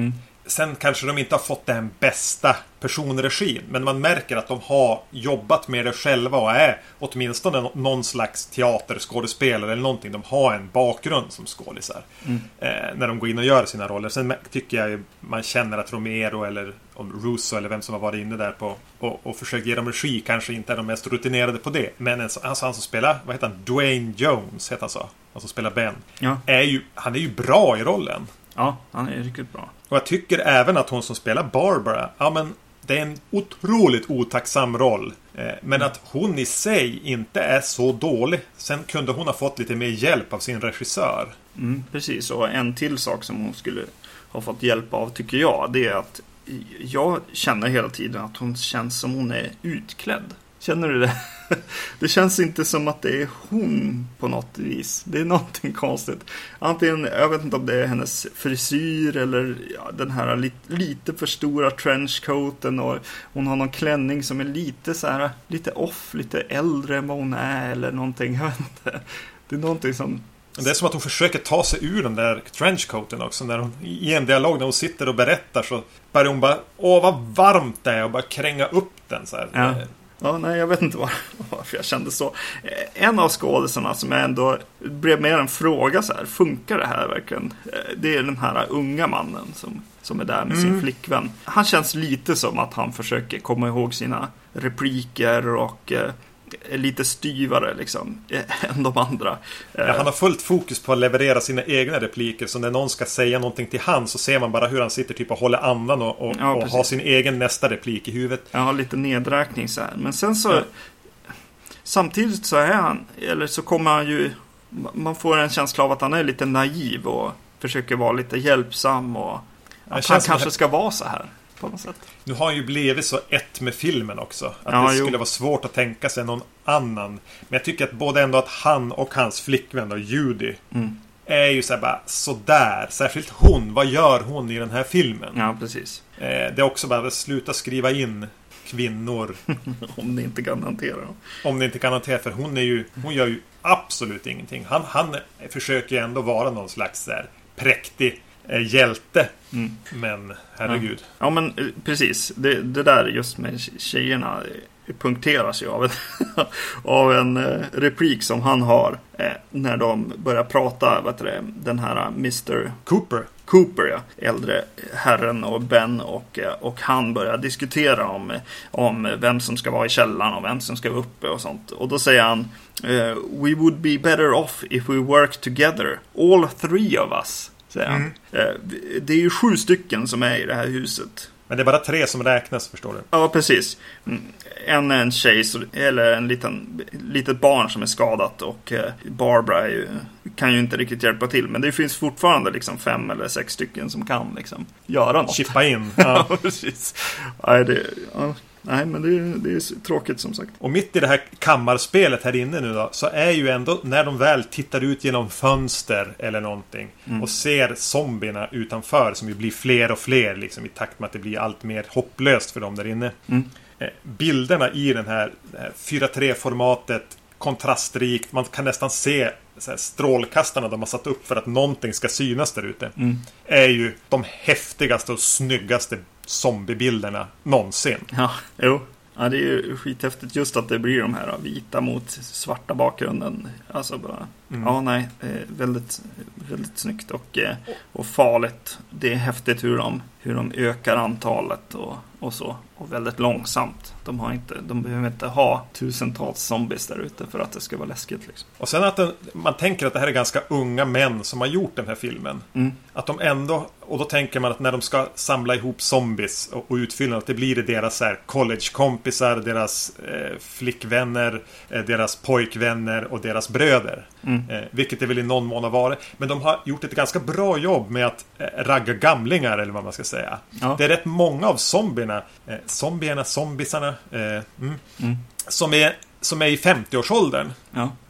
Speaker 2: sen kanske de inte har fått den bästa personregin, men man märker att de har jobbat med det själva och är åtminstone någon slags teaterskådespelare eller någonting. De har en bakgrund som skådisar mm. eh, när de går in och gör sina roller. Sen tycker jag man känner att Romero eller om Russo eller vem som har varit inne där på och, och försökt ge dem regi kanske inte är de mest rutinerade på det. Men en, alltså han som spelar, vad heter han? Dwayne Jones heter han så. Han som spelar Ben.
Speaker 3: Ja.
Speaker 2: Är ju, han är ju bra i rollen.
Speaker 3: Ja, han är riktigt bra.
Speaker 2: Och jag tycker även att hon som spelar Barbara, ja men det är en otroligt otacksam roll. Eh, men att hon i sig inte är så dålig. Sen kunde hon ha fått lite mer hjälp av sin regissör.
Speaker 3: Mm, precis, och en till sak som hon skulle ha fått hjälp av tycker jag, det är att jag känner hela tiden att hon känns som hon är utklädd. Känner du det? Det känns inte som att det är hon på något vis. Det är någonting konstigt. Antingen, jag vet inte om det är hennes frisyr eller ja, den här lite, lite för stora trenchcoaten och hon har någon klänning som är lite så här, lite off, lite äldre än vad hon är eller någonting. Jag vet inte. Det är någonting som...
Speaker 2: Det är som att hon försöker ta sig ur den där trenchcoaten också. När hon, i en dialog när hon sitter och berättar så börjar hon bara, åh vad varmt det är, och bara kränga upp den så här.
Speaker 3: Ja. Ja, nej, jag vet inte var, varför jag kände så. En av skådespelarna som jag ändå blev mer en fråga så här, funkar det här verkligen? Det är den här unga mannen som, som är där med sin mm. flickvän. Han känns lite som att han försöker komma ihåg sina repliker och eh, är lite styvare liksom än de andra.
Speaker 2: Ja, han har fullt fokus på att leverera sina egna repliker, så när någon ska säga någonting till han så ser man bara hur han sitter typ och håller andan och, och, ja, och har sin egen nästa replik i huvudet.
Speaker 3: Ja, lite nedräkning så här. Men sen så ja. Samtidigt så är han, eller så kommer han ju, man får en känsla av att han är lite naiv och försöker vara lite hjälpsam och att han kanske det... ska vara så här. På något sätt.
Speaker 2: Nu har han ju blivit så ett med filmen också. Att
Speaker 3: ja,
Speaker 2: det skulle
Speaker 3: jo.
Speaker 2: vara svårt att tänka sig någon annan. Men jag tycker att både ändå att han och hans flickvän då, Judy
Speaker 3: mm.
Speaker 2: är ju så här bara sådär. Särskilt hon. Vad gör hon i den här filmen?
Speaker 3: Ja, precis.
Speaker 2: Eh, det är också bara att sluta skriva in kvinnor.
Speaker 3: Om ni inte kan hantera dem.
Speaker 2: Om ni inte kan hantera. För hon är ju, hon gör ju absolut ingenting. Han, han försöker ju ändå vara någon slags så här präktig hjälte.
Speaker 3: Mm.
Speaker 2: Men herregud.
Speaker 3: Ja, ja men precis. Det, det där just med tjejerna punkteras ju av en, av en eh, replik som han har eh, när de börjar prata, vad heter det, den här mister
Speaker 2: Cooper.
Speaker 3: Cooper, ja. Äldre herren och Ben och, och han börjar diskutera om, om vem som ska vara i källaren och vem som ska vara uppe och sånt. Och då säger han We would be better off if we work together. All three of us. Mm. Det är ju sju stycken som är i det här huset.
Speaker 2: Men det är bara tre som räknas, förstår du?
Speaker 3: Ja, precis. En är en tjej, eller en liten litet barn som är skadat. Och Barbara är ju, kan ju inte riktigt hjälpa till. Men det finns fortfarande liksom fem eller sex stycken som kan liksom göra något.
Speaker 2: Chippa in.
Speaker 3: Ja, ja precis. Nej, det, ja. Nej, men det är, det är tråkigt som sagt.
Speaker 2: Och mitt i det här kammarspelet här inne nu då, så är ju ändå när de väl tittar ut genom fönster eller någonting mm. och ser zombierna utanför som ju blir fler och fler liksom, i takt med att det blir allt mer hopplöst för dem där inne.
Speaker 3: Mm.
Speaker 2: Eh, bilderna i den här, här fyra tre-formatet, kontrastrikt, man kan nästan se så här, strålkastarna de har satt upp för att någonting ska synas där ute.
Speaker 3: Mm.
Speaker 2: Är ju de häftigaste och snyggaste zombiebilderna någonsin.
Speaker 3: Ja, jo. Ja, det är ju skithäftigt just att det blir de här vita mot svarta bakgrunden. Alltså bara, mm. ja nej, väldigt, väldigt snyggt och, och farligt. Det är häftigt hur de, hur de ökar antalet och, och så. Och väldigt långsamt. De, har inte, de behöver inte ha tusentals zombies där ute för att det ska vara läskigt. Liksom.
Speaker 2: Och sen att den, man tänker att det här är ganska unga män som har gjort den här filmen.
Speaker 3: Mm.
Speaker 2: Att de ändå, och då tänker man att när de ska samla ihop zombies och, och utfylla, att det blir det deras så här, collegekompisar, deras eh, flickvänner, eh, deras pojkvänner och deras bröder.
Speaker 3: Mm.
Speaker 2: Eh, vilket det väl i någon mån har varit. Men de har gjort ett ganska bra jobb med att eh, ragga gamlingar, eller vad man ska säga.
Speaker 3: Ja.
Speaker 2: Det är rätt många av zombierna, eh, zombierna, zombisarna, eh, mm,
Speaker 3: mm.
Speaker 2: som är som är i femtio-årsåldern.
Speaker 3: Ja.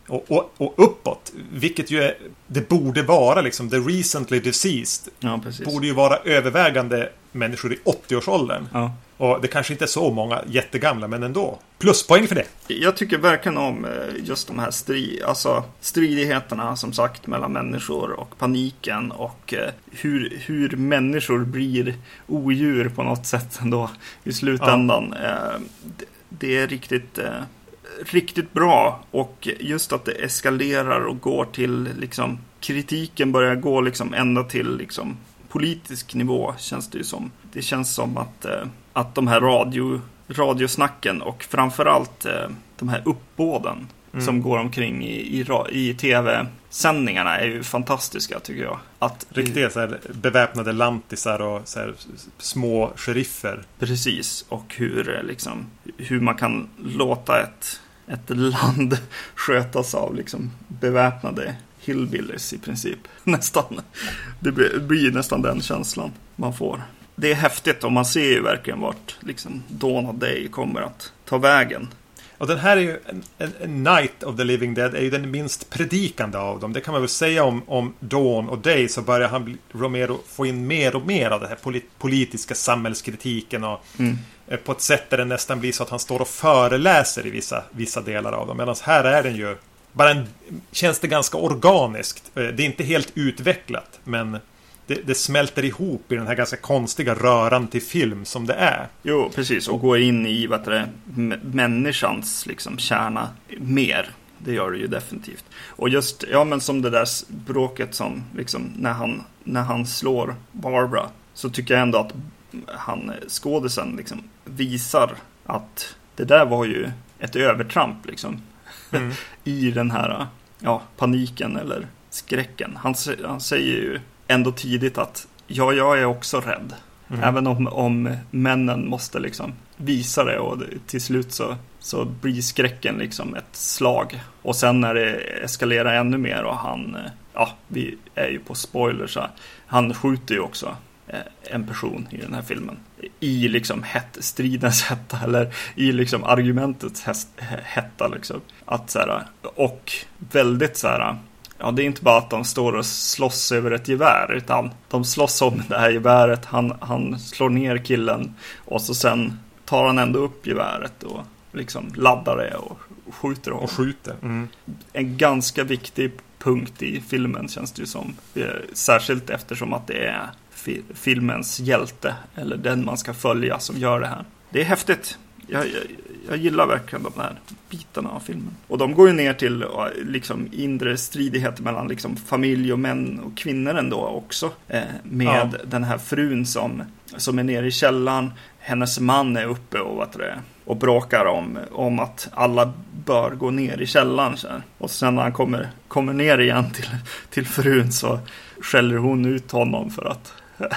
Speaker 2: och, och, och uppåt. Vilket ju är, det borde vara liksom the recently deceased.
Speaker 3: Ja, precis.
Speaker 2: Borde ju vara övervägande människor i åttio-årsåldern.
Speaker 3: Ja.
Speaker 2: Och det kanske inte är så många jättegamla, men ändå. Pluspoäng för det.
Speaker 3: Jag tycker verkligen om just de här strid, alltså stridigheterna som sagt mellan människor och paniken och hur, hur människor blir odjur på något sätt ändå i slutändan. Ja. Det är riktigt, riktigt bra, och just att det eskalerar och går till liksom, kritiken börjar gå liksom ända till liksom politisk nivå, känns det ju som. Det känns som att, att de här radio, radiosnacken och framförallt de här uppbåden mm. som går omkring i, i, i tv-sändningarna är ju fantastiska, tycker jag. Att,
Speaker 2: riktigt så här beväpnade lantisar och så här små sheriffer.
Speaker 3: Precis, och hur, liksom, hur man kan låta ett, ett land skötas av liksom, beväpnade hillbillies i princip. Nästan. Det blir nästan den känslan man får. Det är häftigt, och man ser ju verkligen vart liksom Dawn of Day kommer att ta vägen.
Speaker 2: Och den här är ju en, en, en Night of the Living Dead är ju den minst predikande av dem. Det kan man väl säga om, om Dawn och Day, så börjar han Romero få in mer och mer av den här polit, politiska samhällskritiken och mm. på ett sätt där det nästan blir så att han står och föreläser i vissa, vissa delar av dem. Medan här är den ju bara en, känns det ganska organiskt. Det är inte helt utvecklat, men det, det smälter ihop i den här ganska konstiga röran till film som det är.
Speaker 3: Jo, precis. Och går in i vad det är, människans liksom kärna mer. Det gör det ju definitivt. Och just, ja men som det där bråket som liksom när han, när han slår Barbara, så tycker jag ändå att han, skådisen liksom visar att det där var ju ett övertramp liksom. Mm. I den här ja, paniken eller skräcken. Han, han säger ju ändå tidigt att ja, jag är också rädd. Mm. Även om, om männen måste liksom visa det, och det, till slut så, så blir skräcken liksom ett slag. Och sen när det eskalerar ännu mer och han, ja, vi är ju på spoilers, så han skjuter ju också en person i den här filmen i liksom het, stridens hetta, eller i liksom argumentets häst, hetta liksom. Att så här, och väldigt så här, ja, det är inte bara att de står och slåss över ett gevär, utan de slåss om det här geväret. Han, han slår ner killen, och så sen tar han ändå upp geväret och liksom laddar det och skjuter honom.
Speaker 2: Och skjuter. Mm.
Speaker 3: En ganska viktig punkt i filmen, känns det ju som. Särskilt eftersom att det är filmens hjälte, eller den man ska följa, som gör det här. Det är häftigt. Jag, jag, jag gillar verkligen de här bitarna av filmen. Och de går ju ner till liksom inre stridigheter mellan liksom familj och män och kvinnor ändå också. Eh, med ja. Den här frun som, som är nere i källaren. Hennes man är uppe och, vad det, och bråkar om, om att alla bör gå ner i källaren. Så här. Och sen när han kommer, kommer ner igen till, till frun, så skäller hon ut honom för att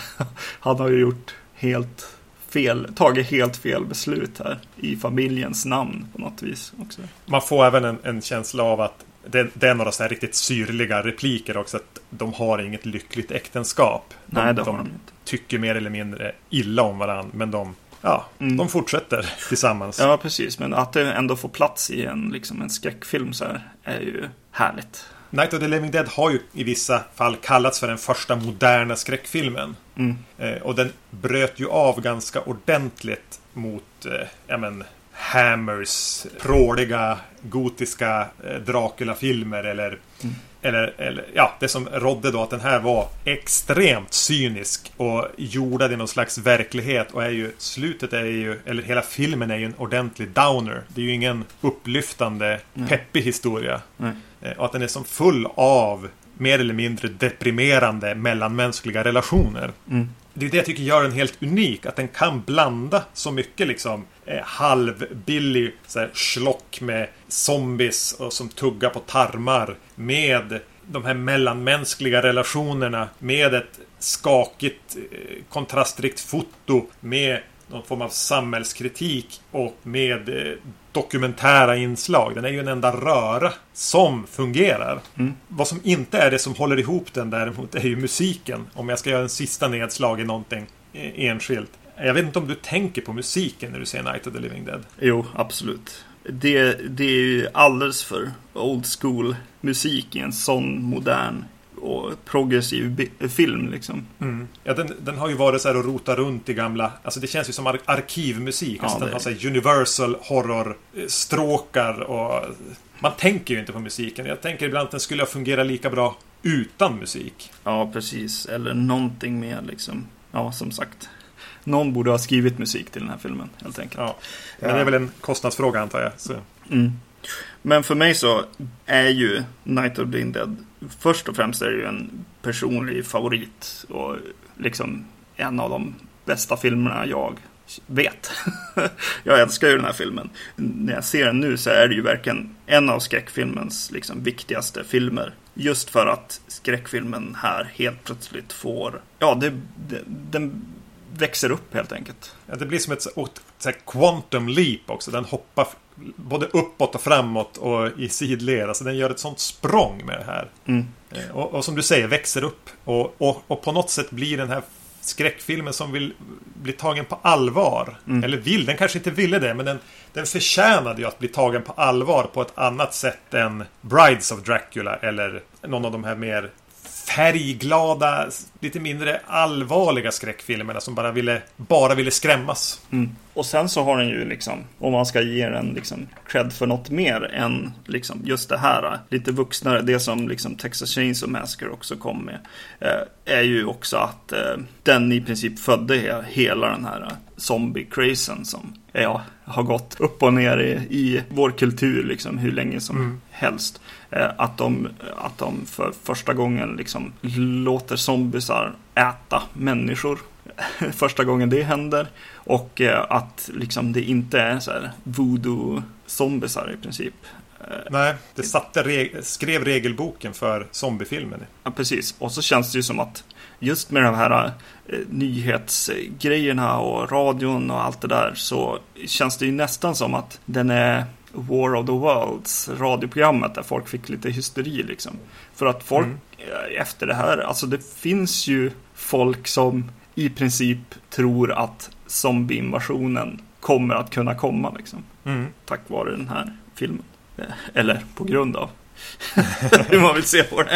Speaker 3: han har ju gjort helt fel, tagit helt fel beslut här i familjens namn på något vis också.
Speaker 2: Man får även en, en känsla av att det, det är några så här riktigt syrliga repliker också, att de har inget lyckligt äktenskap. De,
Speaker 3: Nej, det har de,
Speaker 2: de
Speaker 3: inte.
Speaker 2: Tycker mer eller mindre illa om varandra, men de, ja, mm. de fortsätter tillsammans.
Speaker 3: Ja, precis. Men att det ändå får plats i en, liksom en skräckfilm så här är ju härligt.
Speaker 2: Night of the Living Dead har ju i vissa fall kallats för den första moderna skräckfilmen. Mm. Eh, och den bröt ju av ganska ordentligt mot eh, ja, men, Hammers pråliga gotiska eh, Dracula-filmer eller, mm. eller, eller ja, det som rådde då, att den här var extremt cynisk och jordad i någon slags verklighet, och är ju, slutet är ju, eller hela filmen är ju en ordentlig downer. Det är ju ingen upplyftande mm. peppig historia. Mm. Eh, och att den är som full av mer eller mindre deprimerande mellanmänskliga relationer. Mm. Det är det jag tycker gör den helt unik, att den kan blanda så mycket liksom eh, halvbillig så här, slock med zombies och som tuggar på tarmar, med de här mellanmänskliga relationerna, med ett skakigt eh, kontrastrikt foto, med någon form av samhällskritik och med eh, dokumentära inslag. Den är ju en enda röra som fungerar. Mm. Vad som inte är det som håller ihop den däremot är ju musiken. Om jag ska göra en sista nedslag i någonting enskilt. Jag vet inte om du tänker på musiken när du ser Night of the Living Dead.
Speaker 3: Jo, absolut. det, det är ju alldeles för old school musik i en sån modern och progressiv bi- film liksom.
Speaker 2: Mm. Ja, den, den har ju varit så här och rota runt i gamla, alltså det känns ju som ar- arkivmusik,
Speaker 3: Ja,
Speaker 2: alltså den
Speaker 3: det-
Speaker 2: har så här Universal horror eh, stråkar och man tänker ju inte på musiken. Jag tänker ibland att den skulle fungera lika bra utan musik.
Speaker 3: Ja, precis. Eller någonting mer liksom. Ja, som sagt. Någon borde ha skrivit musik till den här filmen, helt enkelt.
Speaker 2: Ja. Men det är väl en kostnadsfråga, antar jag. Så.
Speaker 3: Mm. Men för mig så är ju Night of the Living Dead, först och främst är det ju en personlig favorit och liksom en av de bästa filmerna jag vet. Jag älskar ju den här filmen. När jag ser den nu så är det ju verkligen en av skräckfilmens liksom viktigaste filmer. Just för att skräckfilmen här helt plötsligt får, ja, det, det, den växer upp helt enkelt.
Speaker 2: Ja, det blir som ett, ett, ett quantum leap också. Den hoppar både uppåt och framåt och i sidled. Alltså den gör ett sånt språng med det här.
Speaker 3: Mm.
Speaker 2: Och, och som du säger, växer upp. Och, och, och på något sätt blir den här skräckfilmen som vill bli tagen på allvar. Mm. Eller vill, den kanske inte ville det, men den, den förtjänade ju att bli tagen på allvar på ett annat sätt än Brides of Dracula eller någon av de här mer färgglada, lite mindre allvarliga skräckfilmerna som bara ville, bara ville skrämmas.
Speaker 3: Mm. Och sen så har den ju liksom, om man ska ge den liksom cred för något mer än liksom just det här, lite vuxnare, det som liksom Texas Chainsaw Massacre också kom med, eh, är ju också att eh, den i princip födde he- hela den här zombie-crazen som ja, har gått upp och ner i, i vår kultur liksom hur länge som mm. helst. Eh, att, de, att de för första gången liksom låter zombiesar äta människor. Första gången det händer. Och eh, att liksom det inte är så här voodoo-zombiesar i princip.
Speaker 2: Nej, det satte reg- skrev regelboken för zombiefilmen.
Speaker 3: Ja, precis. Och så känns det ju som att just med de här eh, nyhetsgrejerna och radion och allt det där, så känns det ju nästan som att den är War of the Worlds, radioprogrammet där folk fick lite hysteri liksom. För att folk mm. efter det här, alltså det finns ju folk som i princip tror att zombieinvasionen kommer att kunna komma liksom. Mm. Tack vare den här filmen. Eller på grund av hur man vill se på det.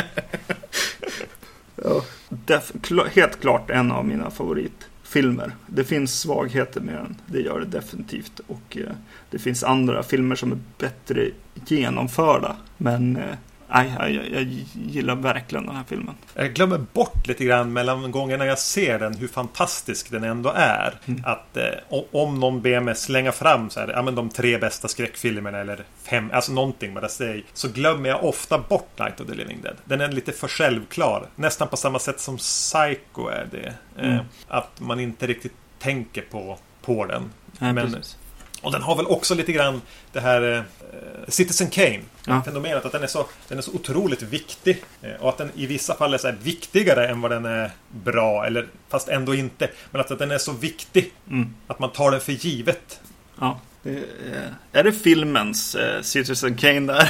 Speaker 3: Ja. Def- helt klart en av mina favoritfilmer. Det finns svagheter med den, det gör det definitivt. Och eh, det finns andra filmer som är bättre genomförda. Men eh, nej, jag, jag gillar verkligen den här filmen.
Speaker 2: Jag glömmer bort lite grann mellan gångerna jag ser den hur fantastisk den ändå är. Mm. Att eh, om någon ber mig slänga fram så här, ja, men de tre bästa skräckfilmerna eller fem, alltså någonting bara säg, så glömmer jag ofta bort Night of the Living Dead. Den är lite för självklar. Nästan på samma sätt som Psycho är det. Mm. Eh, att man inte riktigt tänker på, på den.
Speaker 3: Ja,
Speaker 2: men
Speaker 3: precis.
Speaker 2: Och den har väl också lite grann det här eh, Citizen Kane,
Speaker 3: ja.
Speaker 2: fenomenet att den är, så, den är så otroligt viktig eh, och att den i vissa fall är så här viktigare än vad den är bra, eller fast ändå inte, men att, att den är så viktig mm. att man tar den för givet.
Speaker 3: Ja, det är, är det filmens eh, Citizen Kane där?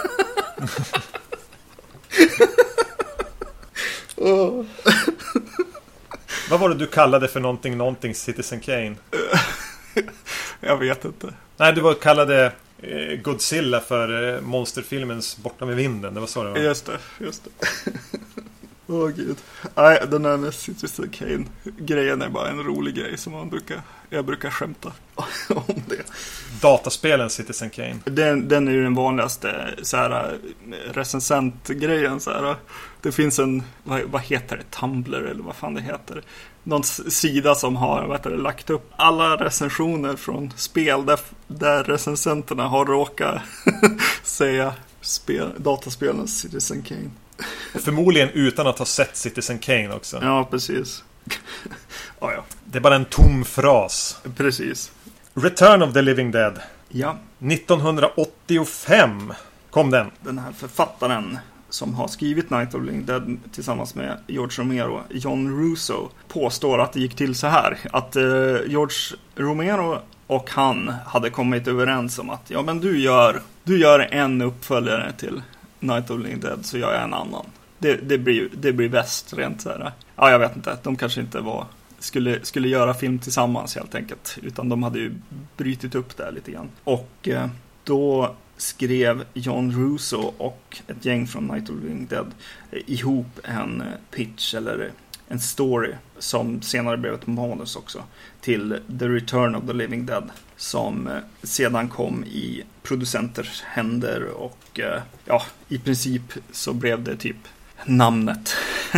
Speaker 2: oh. Vad var det du kallade för någonting, någonting Citizen Kane?
Speaker 3: Jag vet inte.
Speaker 2: Nej, du var kallade eh, Godzilla för eh, monsterfilmens Borta med vinden. Det var så det var.
Speaker 3: Just det, just det. Åh oh, gud. Nej, den här med Citizen Kane-grejen är bara en rolig grej som man brukar, jag brukar skämta om det.
Speaker 2: Dataspelen Citizen Kane.
Speaker 3: Den, den är ju den vanligaste så här, recensent-grejen. Så här. Det finns en, vad, vad heter det? Tumblr eller vad fan det heter. Någon sida som har vet du, lagt upp alla recensioner från spel där, där recensenterna har råkat säga spel, dataspelen Citizen Kane.
Speaker 2: Förmodligen utan att ha sett Citizen Kane också.
Speaker 3: Ja, precis. ja, ja.
Speaker 2: Det är bara en tom fras.
Speaker 3: Precis.
Speaker 2: Return of the Living Dead.
Speaker 3: Ja.
Speaker 2: nittonhundraåttiofem kom den.
Speaker 3: Den här författaren som har skrivit Night of the Living Dead tillsammans med George Romero, John Russo, påstår att det gick till så här. Att eh, George Romero och han hade kommit överens om att ja, men du gör, du gör en uppföljare till Night of the Living Dead, så gör jag en annan. Det, det blir det blir bäst rent så här. Ja, jag vet inte. De kanske inte var skulle skulle göra film tillsammans helt enkelt, utan de hade ju brytit upp det lite grann. Och eh, då skrev John Russo och ett gäng från Night of the Living Dead ihop en pitch eller en story som senare blev ett manus också till The Return of the Living Dead, som sedan kom i producenters händer och ja, i princip så blev det typ namnet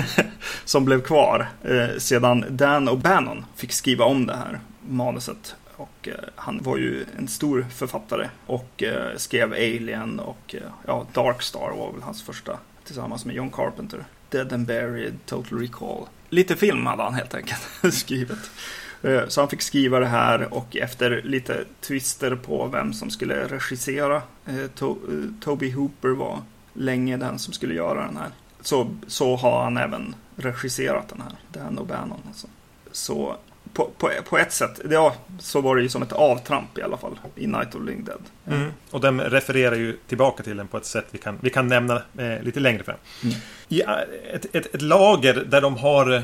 Speaker 3: som blev kvar eh, sedan Dan O'Bannon fick skriva om det här manuset. Och eh, han var ju en stor författare och eh, skrev Alien och eh, ja, Dark Star var väl hans första tillsammans med John Carpenter. Dead and Buried, Total Recall. Lite film hade han helt enkelt skrivit. Eh, så han fick skriva det här och efter lite twister på vem som skulle regissera, eh, to- eh, Toby Hooper var länge den som skulle göra den här. Så, så har han även regisserat den här, Dan O'Bannon alltså. Så på, på, på ett sätt, ja, så var det ju som ett avtramp i alla fall i Night of the Living Dead.
Speaker 2: Mm. Och den refererar ju tillbaka till den på ett sätt vi kan, vi kan nämna eh, lite längre fram. Mm. I ett, ett, ett lager där de har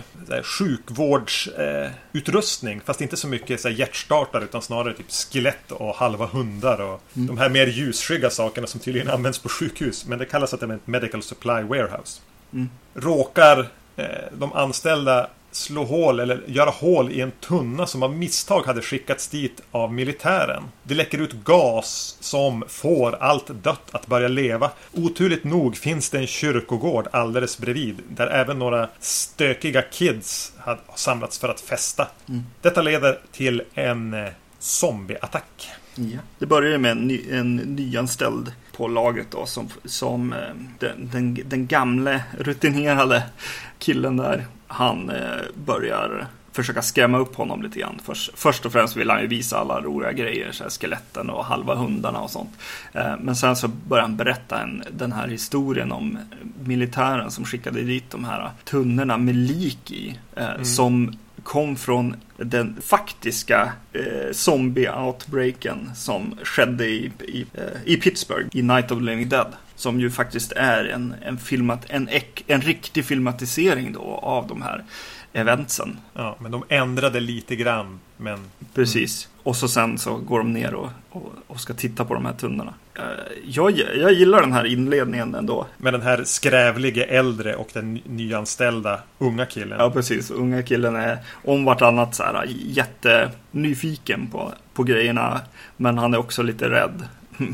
Speaker 2: sjukvårdsutrustning, eh, fast inte så mycket så här, hjärtstartare utan snarare typ skelett och halva hundar och mm. de här mer ljusskygga sakerna som tydligen används på sjukhus, men det kallas att det är ett medical supply warehouse. Mm. Råkar eh, de anställda slå hål eller göra hål i en tunna som av misstag hade skickats dit av militären. Det läcker ut gas som får allt dött att börja leva. Oturligt nog finns det en kyrkogård alldeles bredvid där även några stökiga kids har samlats för att festa. Mm. Detta leder till en eh, zombieattack.
Speaker 3: Ja. Det börjar med en, ny, en nyanställd på laget då, som, som eh, den, den, den gamle rutinerade killen där. Han eh, börjar försöka skrämma upp honom lite grann. Först, först och främst vill han ju visa alla roliga grejer, så här skeletten och halva hundarna och sånt. Eh, men sen så börjar han berätta en, den här historien om militären som skickade dit de här tunnorna med lik i. Eh, mm. Som kom från den faktiska eh, zombie-outbreaken som skedde i, i, eh, i Pittsburgh i Night of the Living Dead. Som ju faktiskt är en, en, filmat, en, ek, en riktig filmatisering då av de här eventsen.
Speaker 2: Ja, men de ändrade lite grann. Men...
Speaker 3: Precis. Och så sen så går de ner och, och, och ska titta på de här tunnorna. Jag, jag gillar den här inledningen ändå.
Speaker 2: Med den här skrävlige äldre och den nyanställda unga killen.
Speaker 3: Ja, precis. Unga killen är om vartannat så här jättenyfiken på, på grejerna. Men han är också lite rädd.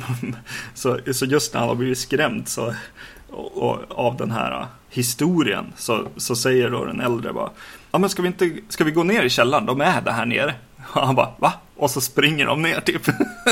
Speaker 3: så, så just när han har blivit skrämd så, och, och, av den här historien så, så säger då den äldre bara, ja men ska vi inte ska vi gå ner i källaren, de är där här nere. Och han bara, va? Och så springer de ner typ.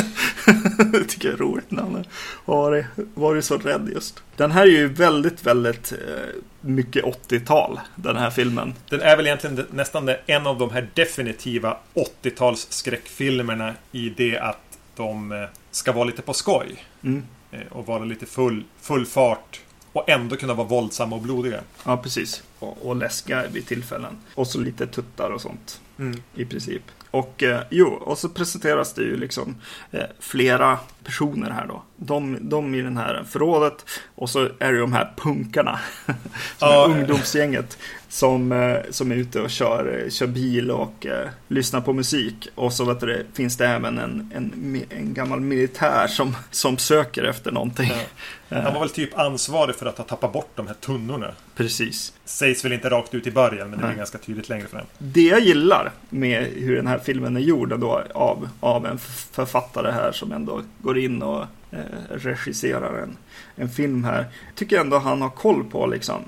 Speaker 3: Det tycker jag är roligt när han var, var så rädd just. Den här är ju väldigt, väldigt eh, mycket åttiotal, den här filmen.
Speaker 2: Den är väl egentligen nästan en av de här definitiva åttio-tals skräckfilmerna i det att de ska vara lite på skoj. Mm. Och vara lite full, full fart och ändå kunna vara våldsamma och blodiga.
Speaker 3: Ja, precis. Och, och läskiga vid tillfällen. Och så lite tuttar och sånt. Mm. I princip. Och eh, jo, och så presenteras det ju liksom eh, flera personer här då. De, de i den här förrådet. Och så är det de här punkarna. som ja, är ungdomsgänget. Som, eh, som är ute och kör, kör bil och eh, lyssnar på musik. Och så vet du, finns det även en, en, en gammal militär som, som söker efter någonting.
Speaker 2: Ja. Han var väl typ ansvarig för att ha tappat bort de här tunnorna.
Speaker 3: Precis.
Speaker 2: Sägs väl inte rakt ut i början, men det är ganska tydligt längre fram.
Speaker 3: Det jag gillar med hur den här filmen är gjord då, av, av en författare här som ändå går in och eh, regisserar en, en film här, tycker jag ändå han har koll på liksom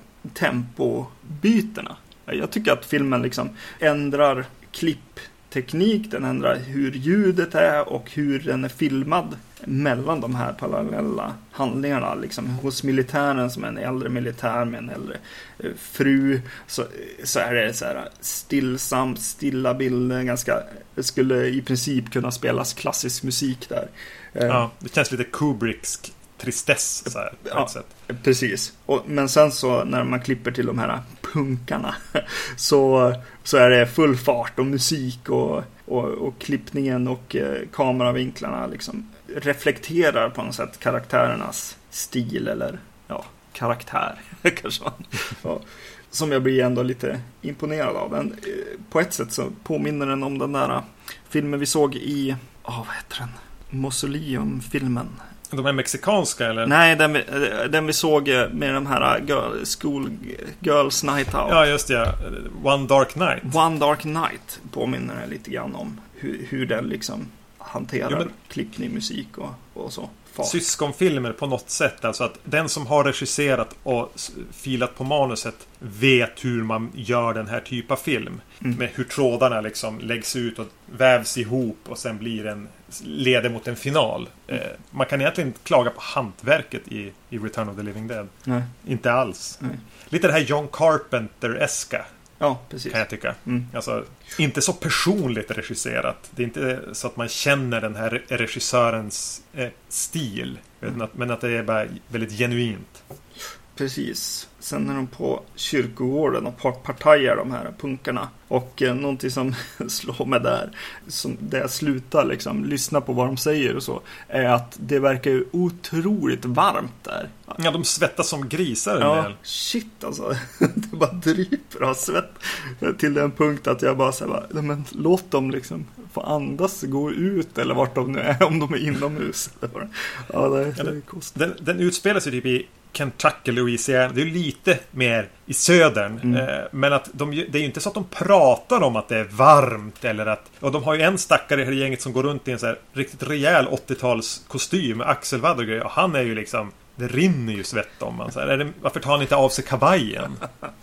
Speaker 3: tempobyterna. Jag tycker att filmen liksom ändrar klippteknik, den ändrar hur ljudet är och hur den är filmad mellan de här parallella handlingarna liksom. Hos militären som är en äldre militär med en äldre eh, fru så, så är det så här stillsamt, stilla bilder, ganska, det skulle i princip kunna spelas klassisk musik där.
Speaker 2: Eh, ja, det känns lite Kubricksk tristess så här, på
Speaker 3: ja,
Speaker 2: ett sätt.
Speaker 3: Precis. Och, men sen så när man klipper till de här punkarna så, så är det full fart och musik och, och, och klippningen och eh, kameravinklarna liksom reflekterar på något sätt karaktärernas stil eller ja, karaktär kanske. Ja, som jag blir ändå lite imponerad av. Den, på ett sätt så påminner den om den där filmen vi såg i, oh, vad heter den? Mausoleum-filmen.
Speaker 2: De är mexikanska eller?
Speaker 3: Nej, den vi, den vi såg med de här girl, School Girls Night Out.
Speaker 2: Ja, just det. Ja. One Dark Night.
Speaker 3: One Dark Night påminner lite grann om hur, hur den liksom hanterar jo, men... klippning, musik och, och så. Fart.
Speaker 2: Syskonfilmer på något sätt. Alltså att den som har regisserat och filat på manuset vet hur man gör den här typen av film. Mm. Med hur trådarna liksom läggs ut och vävs ihop och sen blir en leder mot en final. Mm. Eh, man kan egentligen inte klaga på hantverket i, i Return of the Living Dead. Nej. Inte alls. Nej. Lite det här John Carpenter-eska.
Speaker 3: Ja, precis.
Speaker 2: Kan jag tycka.
Speaker 3: Mm.
Speaker 2: Alltså, inte så personligt regisserat. Det är inte så att man känner den här regissörens eh, stil. Mm. Att, men att det är bara väldigt genuint.
Speaker 3: Precis. Sen är de på kyrkogården och partajar de här punkarna. Och eh, någonting som slår mig där, som där jag slutar liksom lyssna på vad de säger och så, är att det verkar ju otroligt varmt där.
Speaker 2: Ja, de svettas som grisar en
Speaker 3: ja,
Speaker 2: del.
Speaker 3: Shit alltså. Det bara dryper av svett till den punkt att jag bara säger, men låt dem liksom få andas, gå ut eller vart de nu är, om de är inomhus. Ja, det är,
Speaker 2: ja, den, den, den utspelar sig typ i Kentucky, Louisiana. Det är lite mer i södern. Mm. Eh, men att de, det är ju inte så att de pratar om att det är varmt eller att, och de har ju en stackare i det här gänget som går runt i en så här riktigt rejäl åttio-tals kostym med axelvadd och grejer. Och han är ju liksom, det rinner ju svett om man så här, är det, varför tar han inte av sig kavajen?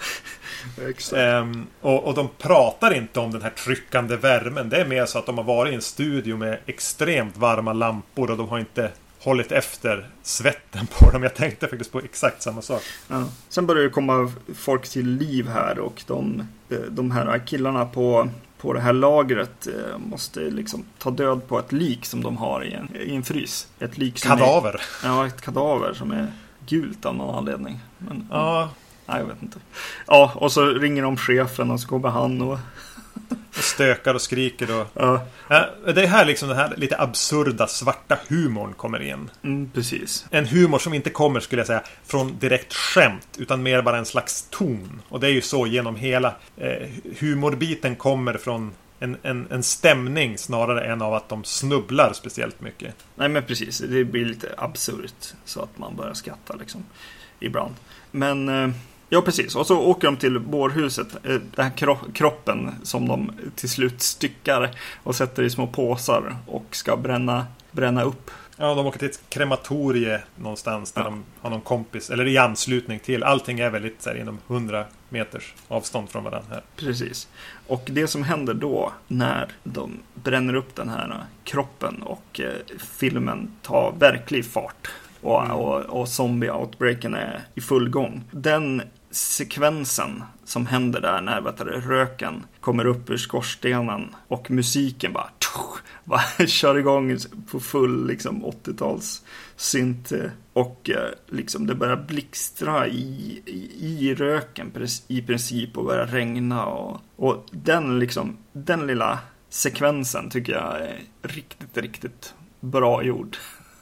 Speaker 2: um, och, och de pratar inte om den här tryckande värmen. Det är mer så att de har varit i en studio med extremt varma lampor och de har inte hållit efter svetten på dem. Jag tänkte faktiskt på exakt samma sak.
Speaker 3: Ja. Sen börjar det komma folk till liv här och de, de här killarna på, på det här lagret måste liksom ta död på ett lik som de har i en, i en frys. Ett lik som
Speaker 2: kadaver.
Speaker 3: Är, ja, ett kadaver som är gult av någon anledning. Men,
Speaker 2: ja.
Speaker 3: Nej, jag vet inte. Ja, och så ringer de chefen och så kommer han och
Speaker 2: och stökar och skriker och...
Speaker 3: Ja.
Speaker 2: Ja, det är här liksom den här lite absurda svarta humorn kommer in.
Speaker 3: Mm, precis.
Speaker 2: En humor som inte kommer, skulle jag säga, från direkt skämt, utan mer bara en slags ton. Och det är ju så genom hela eh, humorbiten kommer från en, en, en stämning snarare än av att de snubblar speciellt mycket.
Speaker 3: Nej, men precis. Det blir lite absurt så att man börjar skratta liksom ibland. Men... Eh... Ja, precis. Och så åker de till bårhuset. Den här kro- kroppen som de till slut styckar och sätter i små påsar och ska bränna, bränna upp.
Speaker 2: Ja, de åker till ett krematorie någonstans där ja. De har någon kompis. Eller i anslutning till. Allting är väldigt så här, inom hundra meters avstånd från varandra här.
Speaker 3: Precis. Och det som händer då när de bränner upp den här kroppen och eh, filmen tar verklig fart. Och, mm. och, och zombie-outbreaken är i full gång. Den sekvensen som händer där när vet du, röken kommer upp ur skorstenen och musiken bara, tjoh, bara kör igång på full liksom, åttio-tals synt och liksom, det börjar blixtra i, i, i röken i princip och börjar regna och, och den, liksom, den lilla sekvensen tycker jag är riktigt, riktigt bra gjord.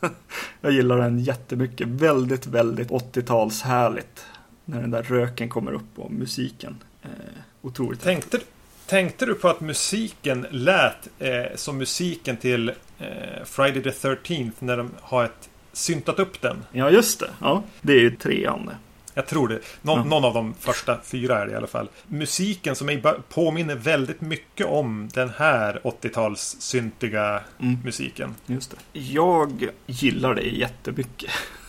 Speaker 3: Jag gillar den jättemycket. Väldigt, väldigt åttio-tals härligt. När den där röken kommer upp och musiken. Eh, otroligt.
Speaker 2: Tänkte, tänkte du på att musiken lät eh, som musiken till eh, Friday the thirteenth när de har ett, syntat upp den?
Speaker 3: Ja, just det. Ja, det är ju trean det.
Speaker 2: Jag tror det. Nå- ja. Någon av de första fyra är det i alla fall. Musiken som är, påminner väldigt mycket om den här åttio-tals syntiga mm. musiken.
Speaker 3: Just det. Jag gillar det jättemycket.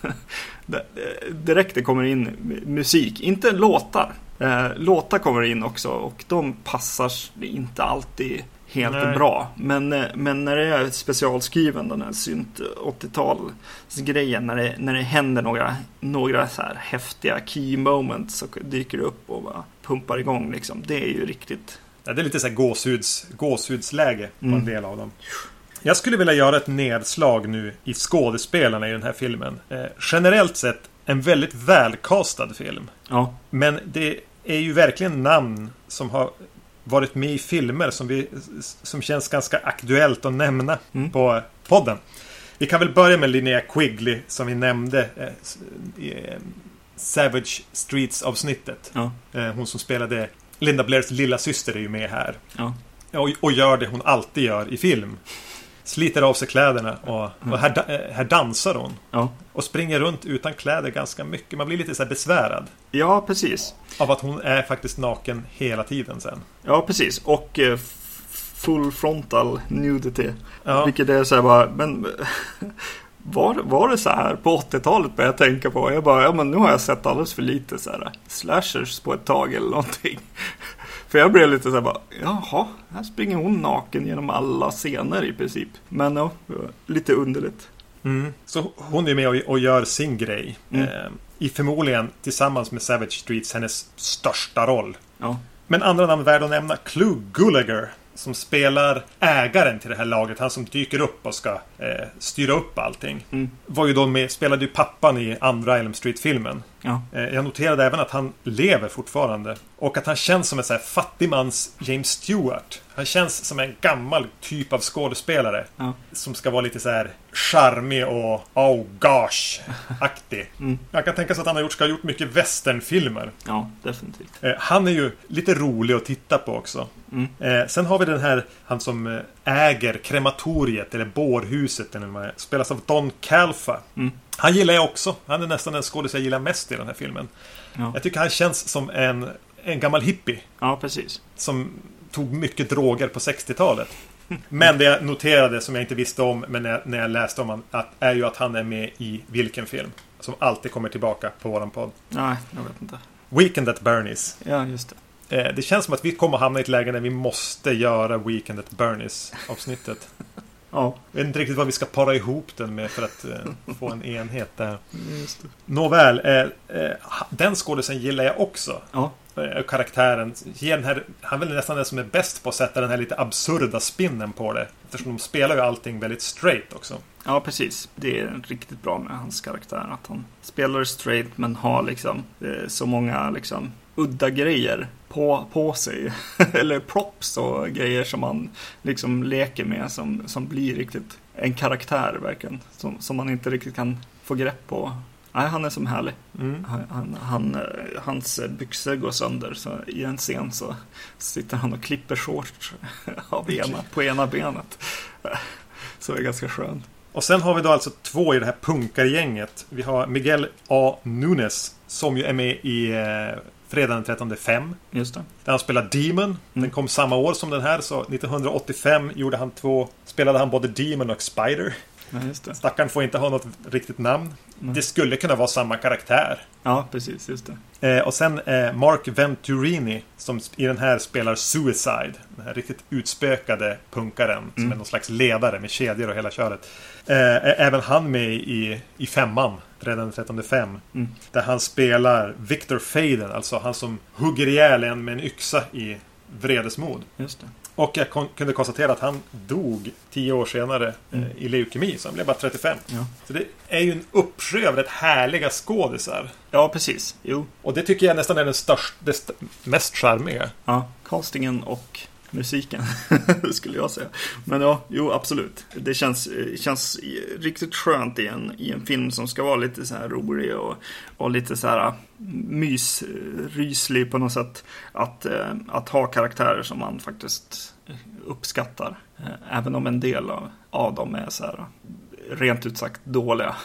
Speaker 3: Direkt det kommer in musik. Inte låtar. Eh, låtar kommer in också och de passar inte alltid helt Nej. bra. Men, men när det är specialskriven, den här synt åttio-talsgrejen, när det, när det händer några, några så här häftiga key moments så dyker det upp och bara pumpar igång liksom. Det är ju riktigt...
Speaker 2: Ja, det är lite så här gåshuds, gåshudsläge på mm. en del av dem. Jag skulle vilja göra ett nedslag nu i skådespelarna i den här filmen. Eh, generellt sett en väldigt välkastad film.
Speaker 3: Ja.
Speaker 2: Men det är ju verkligen namn som har varit med i filmer som, vi, som känns ganska aktuellt att nämna mm. på podden. Vi kan väl börja med Linnea Quigley som vi nämnde eh, i eh, Savage Streets-avsnittet.
Speaker 3: Ja.
Speaker 2: Eh, hon som spelade Linda Blairs lilla syster är ju med här.
Speaker 3: Ja.
Speaker 2: Och, och gör det hon alltid gör i film. sliter av sig kläderna och, mm. och här, här dansar hon.
Speaker 3: Ja.
Speaker 2: Och springer runt utan kläder ganska mycket. Man blir lite så här besvärad.
Speaker 3: Ja, precis.
Speaker 2: Av att hon är faktiskt naken hela tiden sen.
Speaker 3: Ja, precis. Och eh, full frontal nudity.
Speaker 2: Ja.
Speaker 3: Vilket är så här bara, men var, var det så här på åttiotalet började jag tänka på? Jag bara, ja men nu har jag sett alldeles för lite så här slashers på ett tag eller någonting. För jag blev lite så här bara, jaha, här springer hon naken genom alla scener i princip. Men ja, lite underligt.
Speaker 2: Mm. Så hon är med och, och gör sin grej. Mm. Eh, I förmodligen tillsammans med Savage Streets hennes största roll.
Speaker 3: Ja.
Speaker 2: Men andra namn värda att nämna, Clu Gulager, som spelar ägaren till det här laget. Han som dyker upp och ska eh, styra upp allting. Mm. Var ju då med, spelade ju pappan i andra Elm Street-filmen.
Speaker 3: Ja.
Speaker 2: Eh, jag noterade även att han lever fortfarande. Och att han känns som en så här fattigmans James Stewart. Han känns som en gammal typ av skådespelare.
Speaker 3: Ja.
Speaker 2: Som ska vara lite så här charmig och oh gosh-aktig.
Speaker 3: Mm.
Speaker 2: Jag kan tänka sig att han har gjort, ska ha gjort mycket westernfilmer.
Speaker 3: Ja, definitivt.
Speaker 2: Eh, han är ju lite rolig att titta på också.
Speaker 3: Mm.
Speaker 2: Eh, sen har vi den här, han som äger krematoriet eller bårhuset, eller vad det är, spelas av Don Calfa.
Speaker 3: Mm.
Speaker 2: Han gillar jag också. Han är nästan den skådespelare jag gillar mest i den här filmen.
Speaker 3: Ja.
Speaker 2: Jag tycker han känns som en, en gammal hippie.
Speaker 3: Ja, precis.
Speaker 2: Som tog mycket droger på sextiotalet. Men det jag noterade som jag inte visste om, men när jag, när jag läste om han, att, är ju att han är med i vilken film? Som alltid kommer tillbaka på våran podd.
Speaker 3: Nej, jag vet inte.
Speaker 2: Weekend at Bernie's.
Speaker 3: Ja, just
Speaker 2: det. Eh, det känns som att vi kommer hamna i ett läge där vi måste göra Weekend at Bernie's-avsnittet.
Speaker 3: Ja.
Speaker 2: Jag vet inte riktigt vad vi ska para ihop den med för att eh, få en enhet där.
Speaker 3: Just det.
Speaker 2: Nåväl, eh, eh, den skådespelaren gillar jag också.
Speaker 3: Ja.
Speaker 2: Eh, karaktären. Den här, han är väl nästan den som är bäst på att sätta den här lite absurda spinnen på det. Eftersom de spelar ju allting väldigt straight också.
Speaker 3: Ja, precis. Det är riktigt bra med hans karaktär. Att han spelar straight men har liksom eh, så många liksom udda grejer på, på sig. Eller props och grejer som man liksom leker med som, som blir riktigt en karaktär verkligen. Som, som man inte riktigt kan få grepp på. Nej, han är som härlig. Mm. Han, han, han, hans byxor går sönder. Så i en scen så sitter han och klipper shorts av ena, på ena benet. Så det är ganska skönt.
Speaker 2: Och sen har vi då alltså två i det här punkargänget. Vi har Miguel A. Nunes som ju är med i eh, Fredag den trettonde fem.
Speaker 3: Just det.
Speaker 2: Där han spelar Demon. Mm. Den kom samma år som den här. Så nittonhundraåttiofem gjorde han två, spelade han både Demon och Spider.
Speaker 3: Ja, just det.
Speaker 2: Stackaren får inte ha något riktigt namn. Mm. Det skulle kunna vara samma karaktär.
Speaker 3: Ja, precis, just det.
Speaker 2: Eh, och sen eh, Mark Venturini som i den här spelar Suicide. Den här riktigt utspökade punkaren mm. som är någon slags ledare med kedjor och hela köret. Eh, även han med i, i femman, Fredag den trettonde fem. Mm. Där han spelar Victor Faden, alltså han som hugger ihjäl en med en yxa i vredesmod.
Speaker 3: Just det.
Speaker 2: Och jag kon- kunde konstatera att han dog tio år senare mm. eh, i leukemi, så han blev bara trettiofem. Ja. Så det är ju en uppsjö av rätt härliga skådisar.
Speaker 3: Ja, precis. Jo.
Speaker 2: Och det tycker jag nästan är den största, det st- mest charmiga.
Speaker 3: Ja, castingen och musiken skulle jag säga. Men ja, jo, absolut. Det känns, känns riktigt skönt i en, i en film som ska vara lite så här rolig och, och lite så här mysryslig på något sätt. Att, att ha karaktärer som man faktiskt uppskattar. Även om en del av, av dem är så här rent ut sagt dåliga.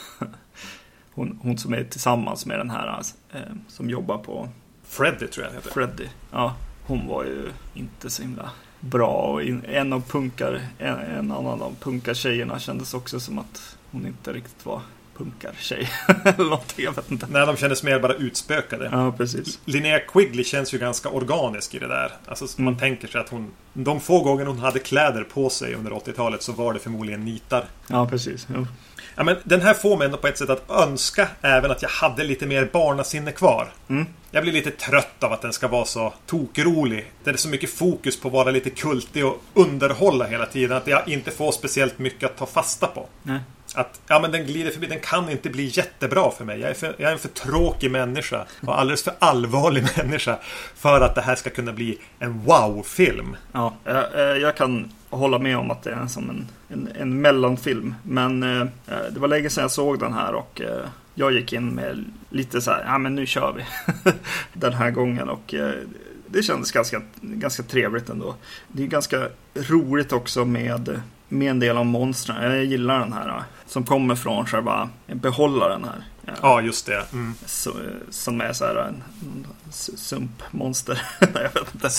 Speaker 3: Hon, hon som är tillsammans med den här som jobbar på
Speaker 2: Freddy tror jag heter.
Speaker 3: Freddy, ja. Hon var ju inte så himla bra. Och en av punkar, en, en annan av punkartjejerna kändes också som att hon inte riktigt var punkartjej. Eller någonting, jag vet inte.
Speaker 2: Nej, de kändes mer bara utspökade.
Speaker 3: Ja, precis.
Speaker 2: Linnea Quigley känns ju ganska organisk i det där. Alltså mm. man tänker sig att hon, de få gånger hon hade kläder på sig under åttiotalet så var det förmodligen nitar.
Speaker 3: Ja, precis. Ja.
Speaker 2: Ja, men den här får mig ändå på ett sätt att önska även att jag hade lite mer barnasinne kvar. Mm. Jag blir lite trött av att den ska vara så tokrolig. Det är så mycket fokus på att vara lite kultig och underhålla hela tiden att jag inte får speciellt mycket att ta fasta på.
Speaker 3: Nej.
Speaker 2: Att, ja men den glider förbi, den kan inte bli jättebra för mig. Jag är, för, jag är en för tråkig människa och alldeles för allvarlig människa för att det här ska kunna bli en wow-film.
Speaker 3: Ja, jag, jag kan hålla med om att det är som en, en, en mellanfilm. Men eh, det var länge sedan jag såg den här och eh, jag gick in med lite så här, ja men nu kör vi den här gången och eh, det kändes ganska, ganska trevligt ändå. Det är ganska roligt också med med en del av monstren. Jag gillar den här som kommer från själva behållaren här.
Speaker 2: Ja, just det. Mm.
Speaker 3: Så, som är så här en, en sumpmonster. Jag vet inte.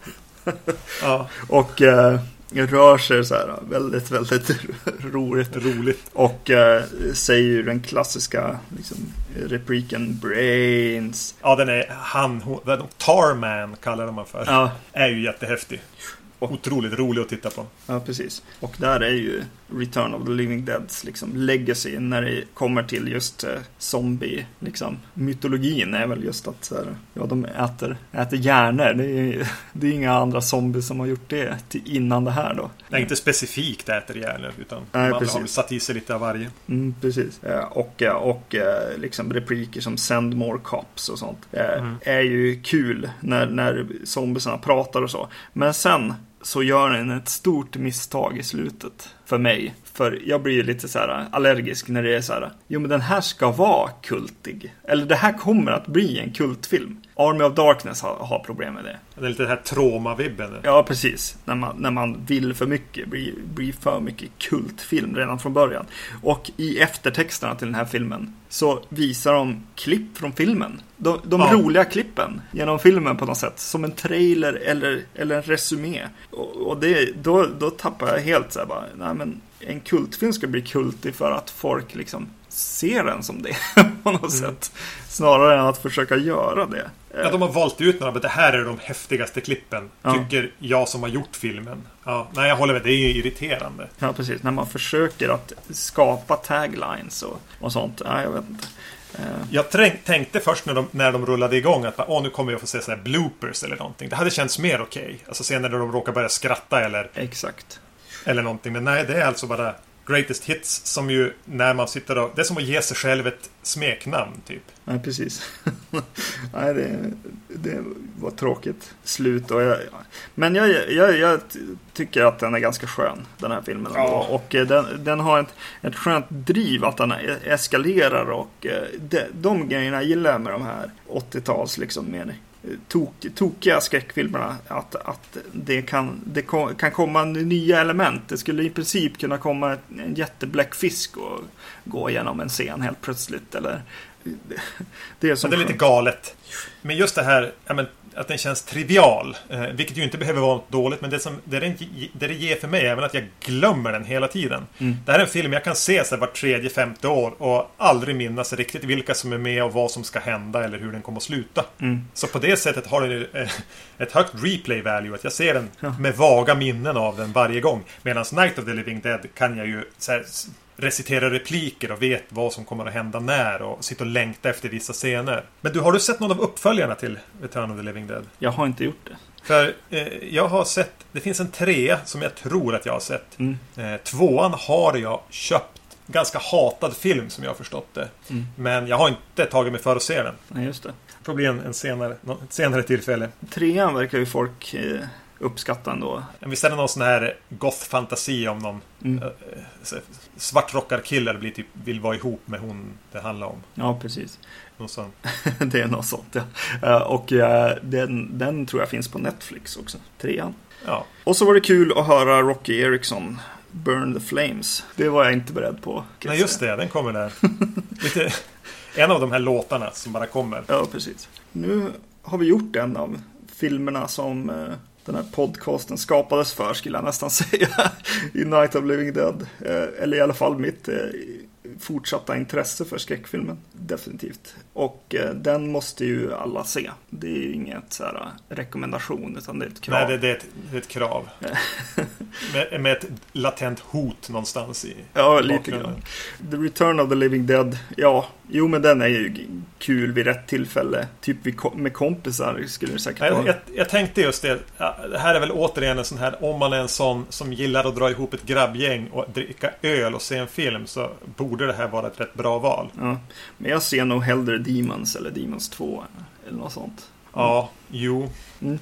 Speaker 2: Ja.
Speaker 3: Och eh, rör sig så här väldigt, väldigt roligt.
Speaker 2: roligt.
Speaker 3: Och eh, säger ju den klassiska liksom, repliken Brains.
Speaker 2: Ja, den är han, hon, Tarman kallar de man för.
Speaker 3: Ja.
Speaker 2: Är ju jättehäftig. Och otroligt rolig att titta på.
Speaker 3: Ja, precis. Och där är ju Return of the Living Deads liksom legacy när det kommer till just eh, zombie liksom mytologin är väl just att så här, ja, de äter äter hjärnor. Det är det är inga andra zombies som har gjort det till innan det här då.
Speaker 2: Det är inte specifikt äter hjärnor utan
Speaker 3: Nej,
Speaker 2: man
Speaker 3: precis.
Speaker 2: har satt i sig lite av varje.
Speaker 3: Mm, precis. Eh, och och eh, liksom repliker som Send More Cops och sånt eh, mm. är ju kul när när zombiesarna pratar och så. Men sen så gör den ett stort misstag i slutet för mig. För jag blir ju lite så här allergisk när det är så här. Jo, men den här ska vara kultig. Eller det här kommer att bli en kultfilm. Army of Darkness har, har problem med det.
Speaker 2: Det är lite det här trauma-vibben.
Speaker 3: Ja, precis. När man, när man vill för mycket. Blir, blir för mycket kultfilm redan från början. Och i eftertexterna till den här filmen så visar de klipp från filmen. De, de ja. roliga klippen genom filmen på något sätt. Som en trailer eller, eller en resumé. Och, och det, då, då tappar jag helt så här bara, nej men en kultfilm ska bli kultig för att folk liksom ser den som det på något mm. sätt. Snarare än att försöka göra det.
Speaker 2: Ja, de har valt ut några, men det här är de häftigaste klippen.
Speaker 3: Ja.
Speaker 2: Tycker jag som har gjort filmen. Ja, nej, jag håller med, det är ju irriterande.
Speaker 3: Ja, precis. När man försöker att skapa taglines och, och sånt. Ja, jag vet inte.
Speaker 2: Jag träng- tänkte först när de, när de rullade igång att åh, nu kommer jag få se så här bloopers eller någonting. Det hade känts mer okej. Okay. Alltså sen när de råkar börja skratta eller...
Speaker 3: Exakt.
Speaker 2: Eller någonting. Men nej, det är alltså bara greatest hits som ju när man sitter och... Det är som att ge sig själv ett smeknamn, typ.
Speaker 3: Nej, precis. Nej, det, det var tråkigt slut. Och jag, men jag, jag, jag tycker att den är ganska skön, den här filmen.
Speaker 2: Ja.
Speaker 3: Och den, den har ett, ett skönt driv att den eskalerar. Och de, de grejerna gillar jag med de här åttio-tals liksom mer tok, tokiga skräckfilmerna. Att, att det, kan, det kom, kan komma nya element. Det skulle i princip kunna komma en jättebläck fisk och gå igenom en scen helt plötsligt. Eller... Det är, som
Speaker 2: det är lite galet. Men just det här, ja, men, att den känns trivial, eh, vilket ju inte behöver vara något dåligt, men det, som, det, det, det det ger för mig är även att jag glömmer den hela tiden. Mm. Det här är en film jag kan se så här, var tredje, femte år och aldrig minnas riktigt vilka som är med och vad som ska hända eller hur den kommer att sluta. Mm. Så på det sättet har den eh, ett högt replay value, att jag ser den ja. med vaga minnen av den varje gång. Medan Night of the Living Dead kan jag ju så här, recitera repliker och vet vad som kommer att hända när och sitta och längta efter vissa scener. Men du, har du sett någon av uppföljarna till Return of the Living Dead?
Speaker 3: Jag har inte gjort det.
Speaker 2: För eh, jag har sett, det finns en trea som jag tror att jag har sett. Mm. Eh, tvåan har jag köpt, ganska hatad film som jag har förstått det. Mm. Men jag har inte tagit mig för att se den.
Speaker 3: Nej, just det.
Speaker 2: Det får bli en, en senare, ett senare tillfälle.
Speaker 3: Trean verkar ju folk... Eh... uppskatta ändå.
Speaker 2: Visst är det någon sån här goth-fantasi om någon mm. äh, svartrockarkille blir typ, vill vara ihop med hon det handlar om.
Speaker 3: Ja, precis.
Speaker 2: Något sånt.
Speaker 3: Det är något sånt, ja. Uh, och uh, den, den tror jag finns på Netflix också. Trean.
Speaker 2: Ja.
Speaker 3: Och så var det kul att höra Rocky Erickson Burn the Flames. Det var jag inte beredd på.
Speaker 2: Nej, just det. Den kommer där. Lite, en av de här låtarna som bara kommer.
Speaker 3: Ja, precis. Nu har vi gjort en av filmerna som... Uh, den här podcasten skapades för, skulle jag nästan säga, i Night of Living Dead. Eller i alla fall mitt fortsatta intresse för skräckfilmen. Definitivt. Och den måste ju alla se. Det är ju inget så här rekommendation, utan det är ett krav.
Speaker 2: Nej, det, det, är, ett, det är ett krav. med, med ett latent hot någonstans i
Speaker 3: ja, lite grann. The Return of the Living Dead, ja, jo, men den är ju kul vid rätt tillfälle. Typ med kompisar skulle det säkert vara.
Speaker 2: Jag, jag tänkte just det. Det här är väl återigen en sån här, om man är en sån som gillar att dra ihop ett grabbgäng och dricka öl och se en film, så borde det här vara ett rätt bra val.
Speaker 3: Ja, men jag ser nog hellre Demons eller Demons två eller något sånt. Mm.
Speaker 2: Ja, jo. Mm.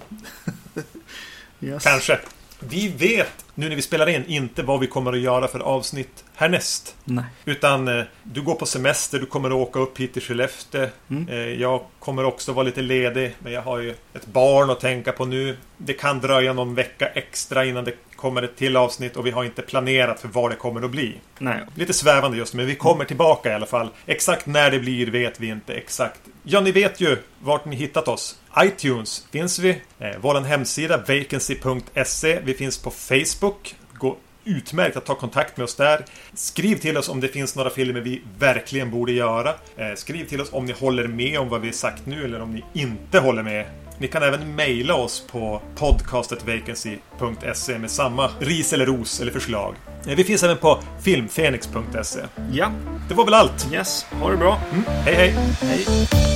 Speaker 3: Yes.
Speaker 2: Kanske. Vi vet, nu när vi spelar in, inte vad vi kommer att göra för avsnitt härnäst.
Speaker 3: Nej.
Speaker 2: Utan eh, du går på semester, du kommer att åka upp hit till Skellefteå. Mm. Eh, jag kommer också vara lite ledig, men jag har ju ett barn att tänka på nu. Det kan dröja någon vecka extra innan det kommer ett till avsnitt och vi har inte planerat för vad det kommer att bli.
Speaker 3: Nej.
Speaker 2: Lite svävande just nu, men vi kommer tillbaka i alla fall. Exakt när det blir vet vi inte exakt. Ja, ni vet ju vart ni hittat oss. iTunes finns vi. Eh, vår hemsida vacancy punkt se. Vi finns på Facebook. Gå utmärkt att ta kontakt med oss där. Skriv till oss om det finns några filmer vi verkligen borde göra. Eh, skriv till oss om ni håller med om vad vi sagt nu eller om ni inte håller med. Ni kan även mejla oss på podcastet vacancy punkt se med samma ris eller ros eller förslag. Vi finns även på filmfenix punkt se.
Speaker 3: Ja.
Speaker 2: Det var väl allt.
Speaker 3: Yes, ha det bra.
Speaker 2: Mm. Hej hej.
Speaker 3: Hej.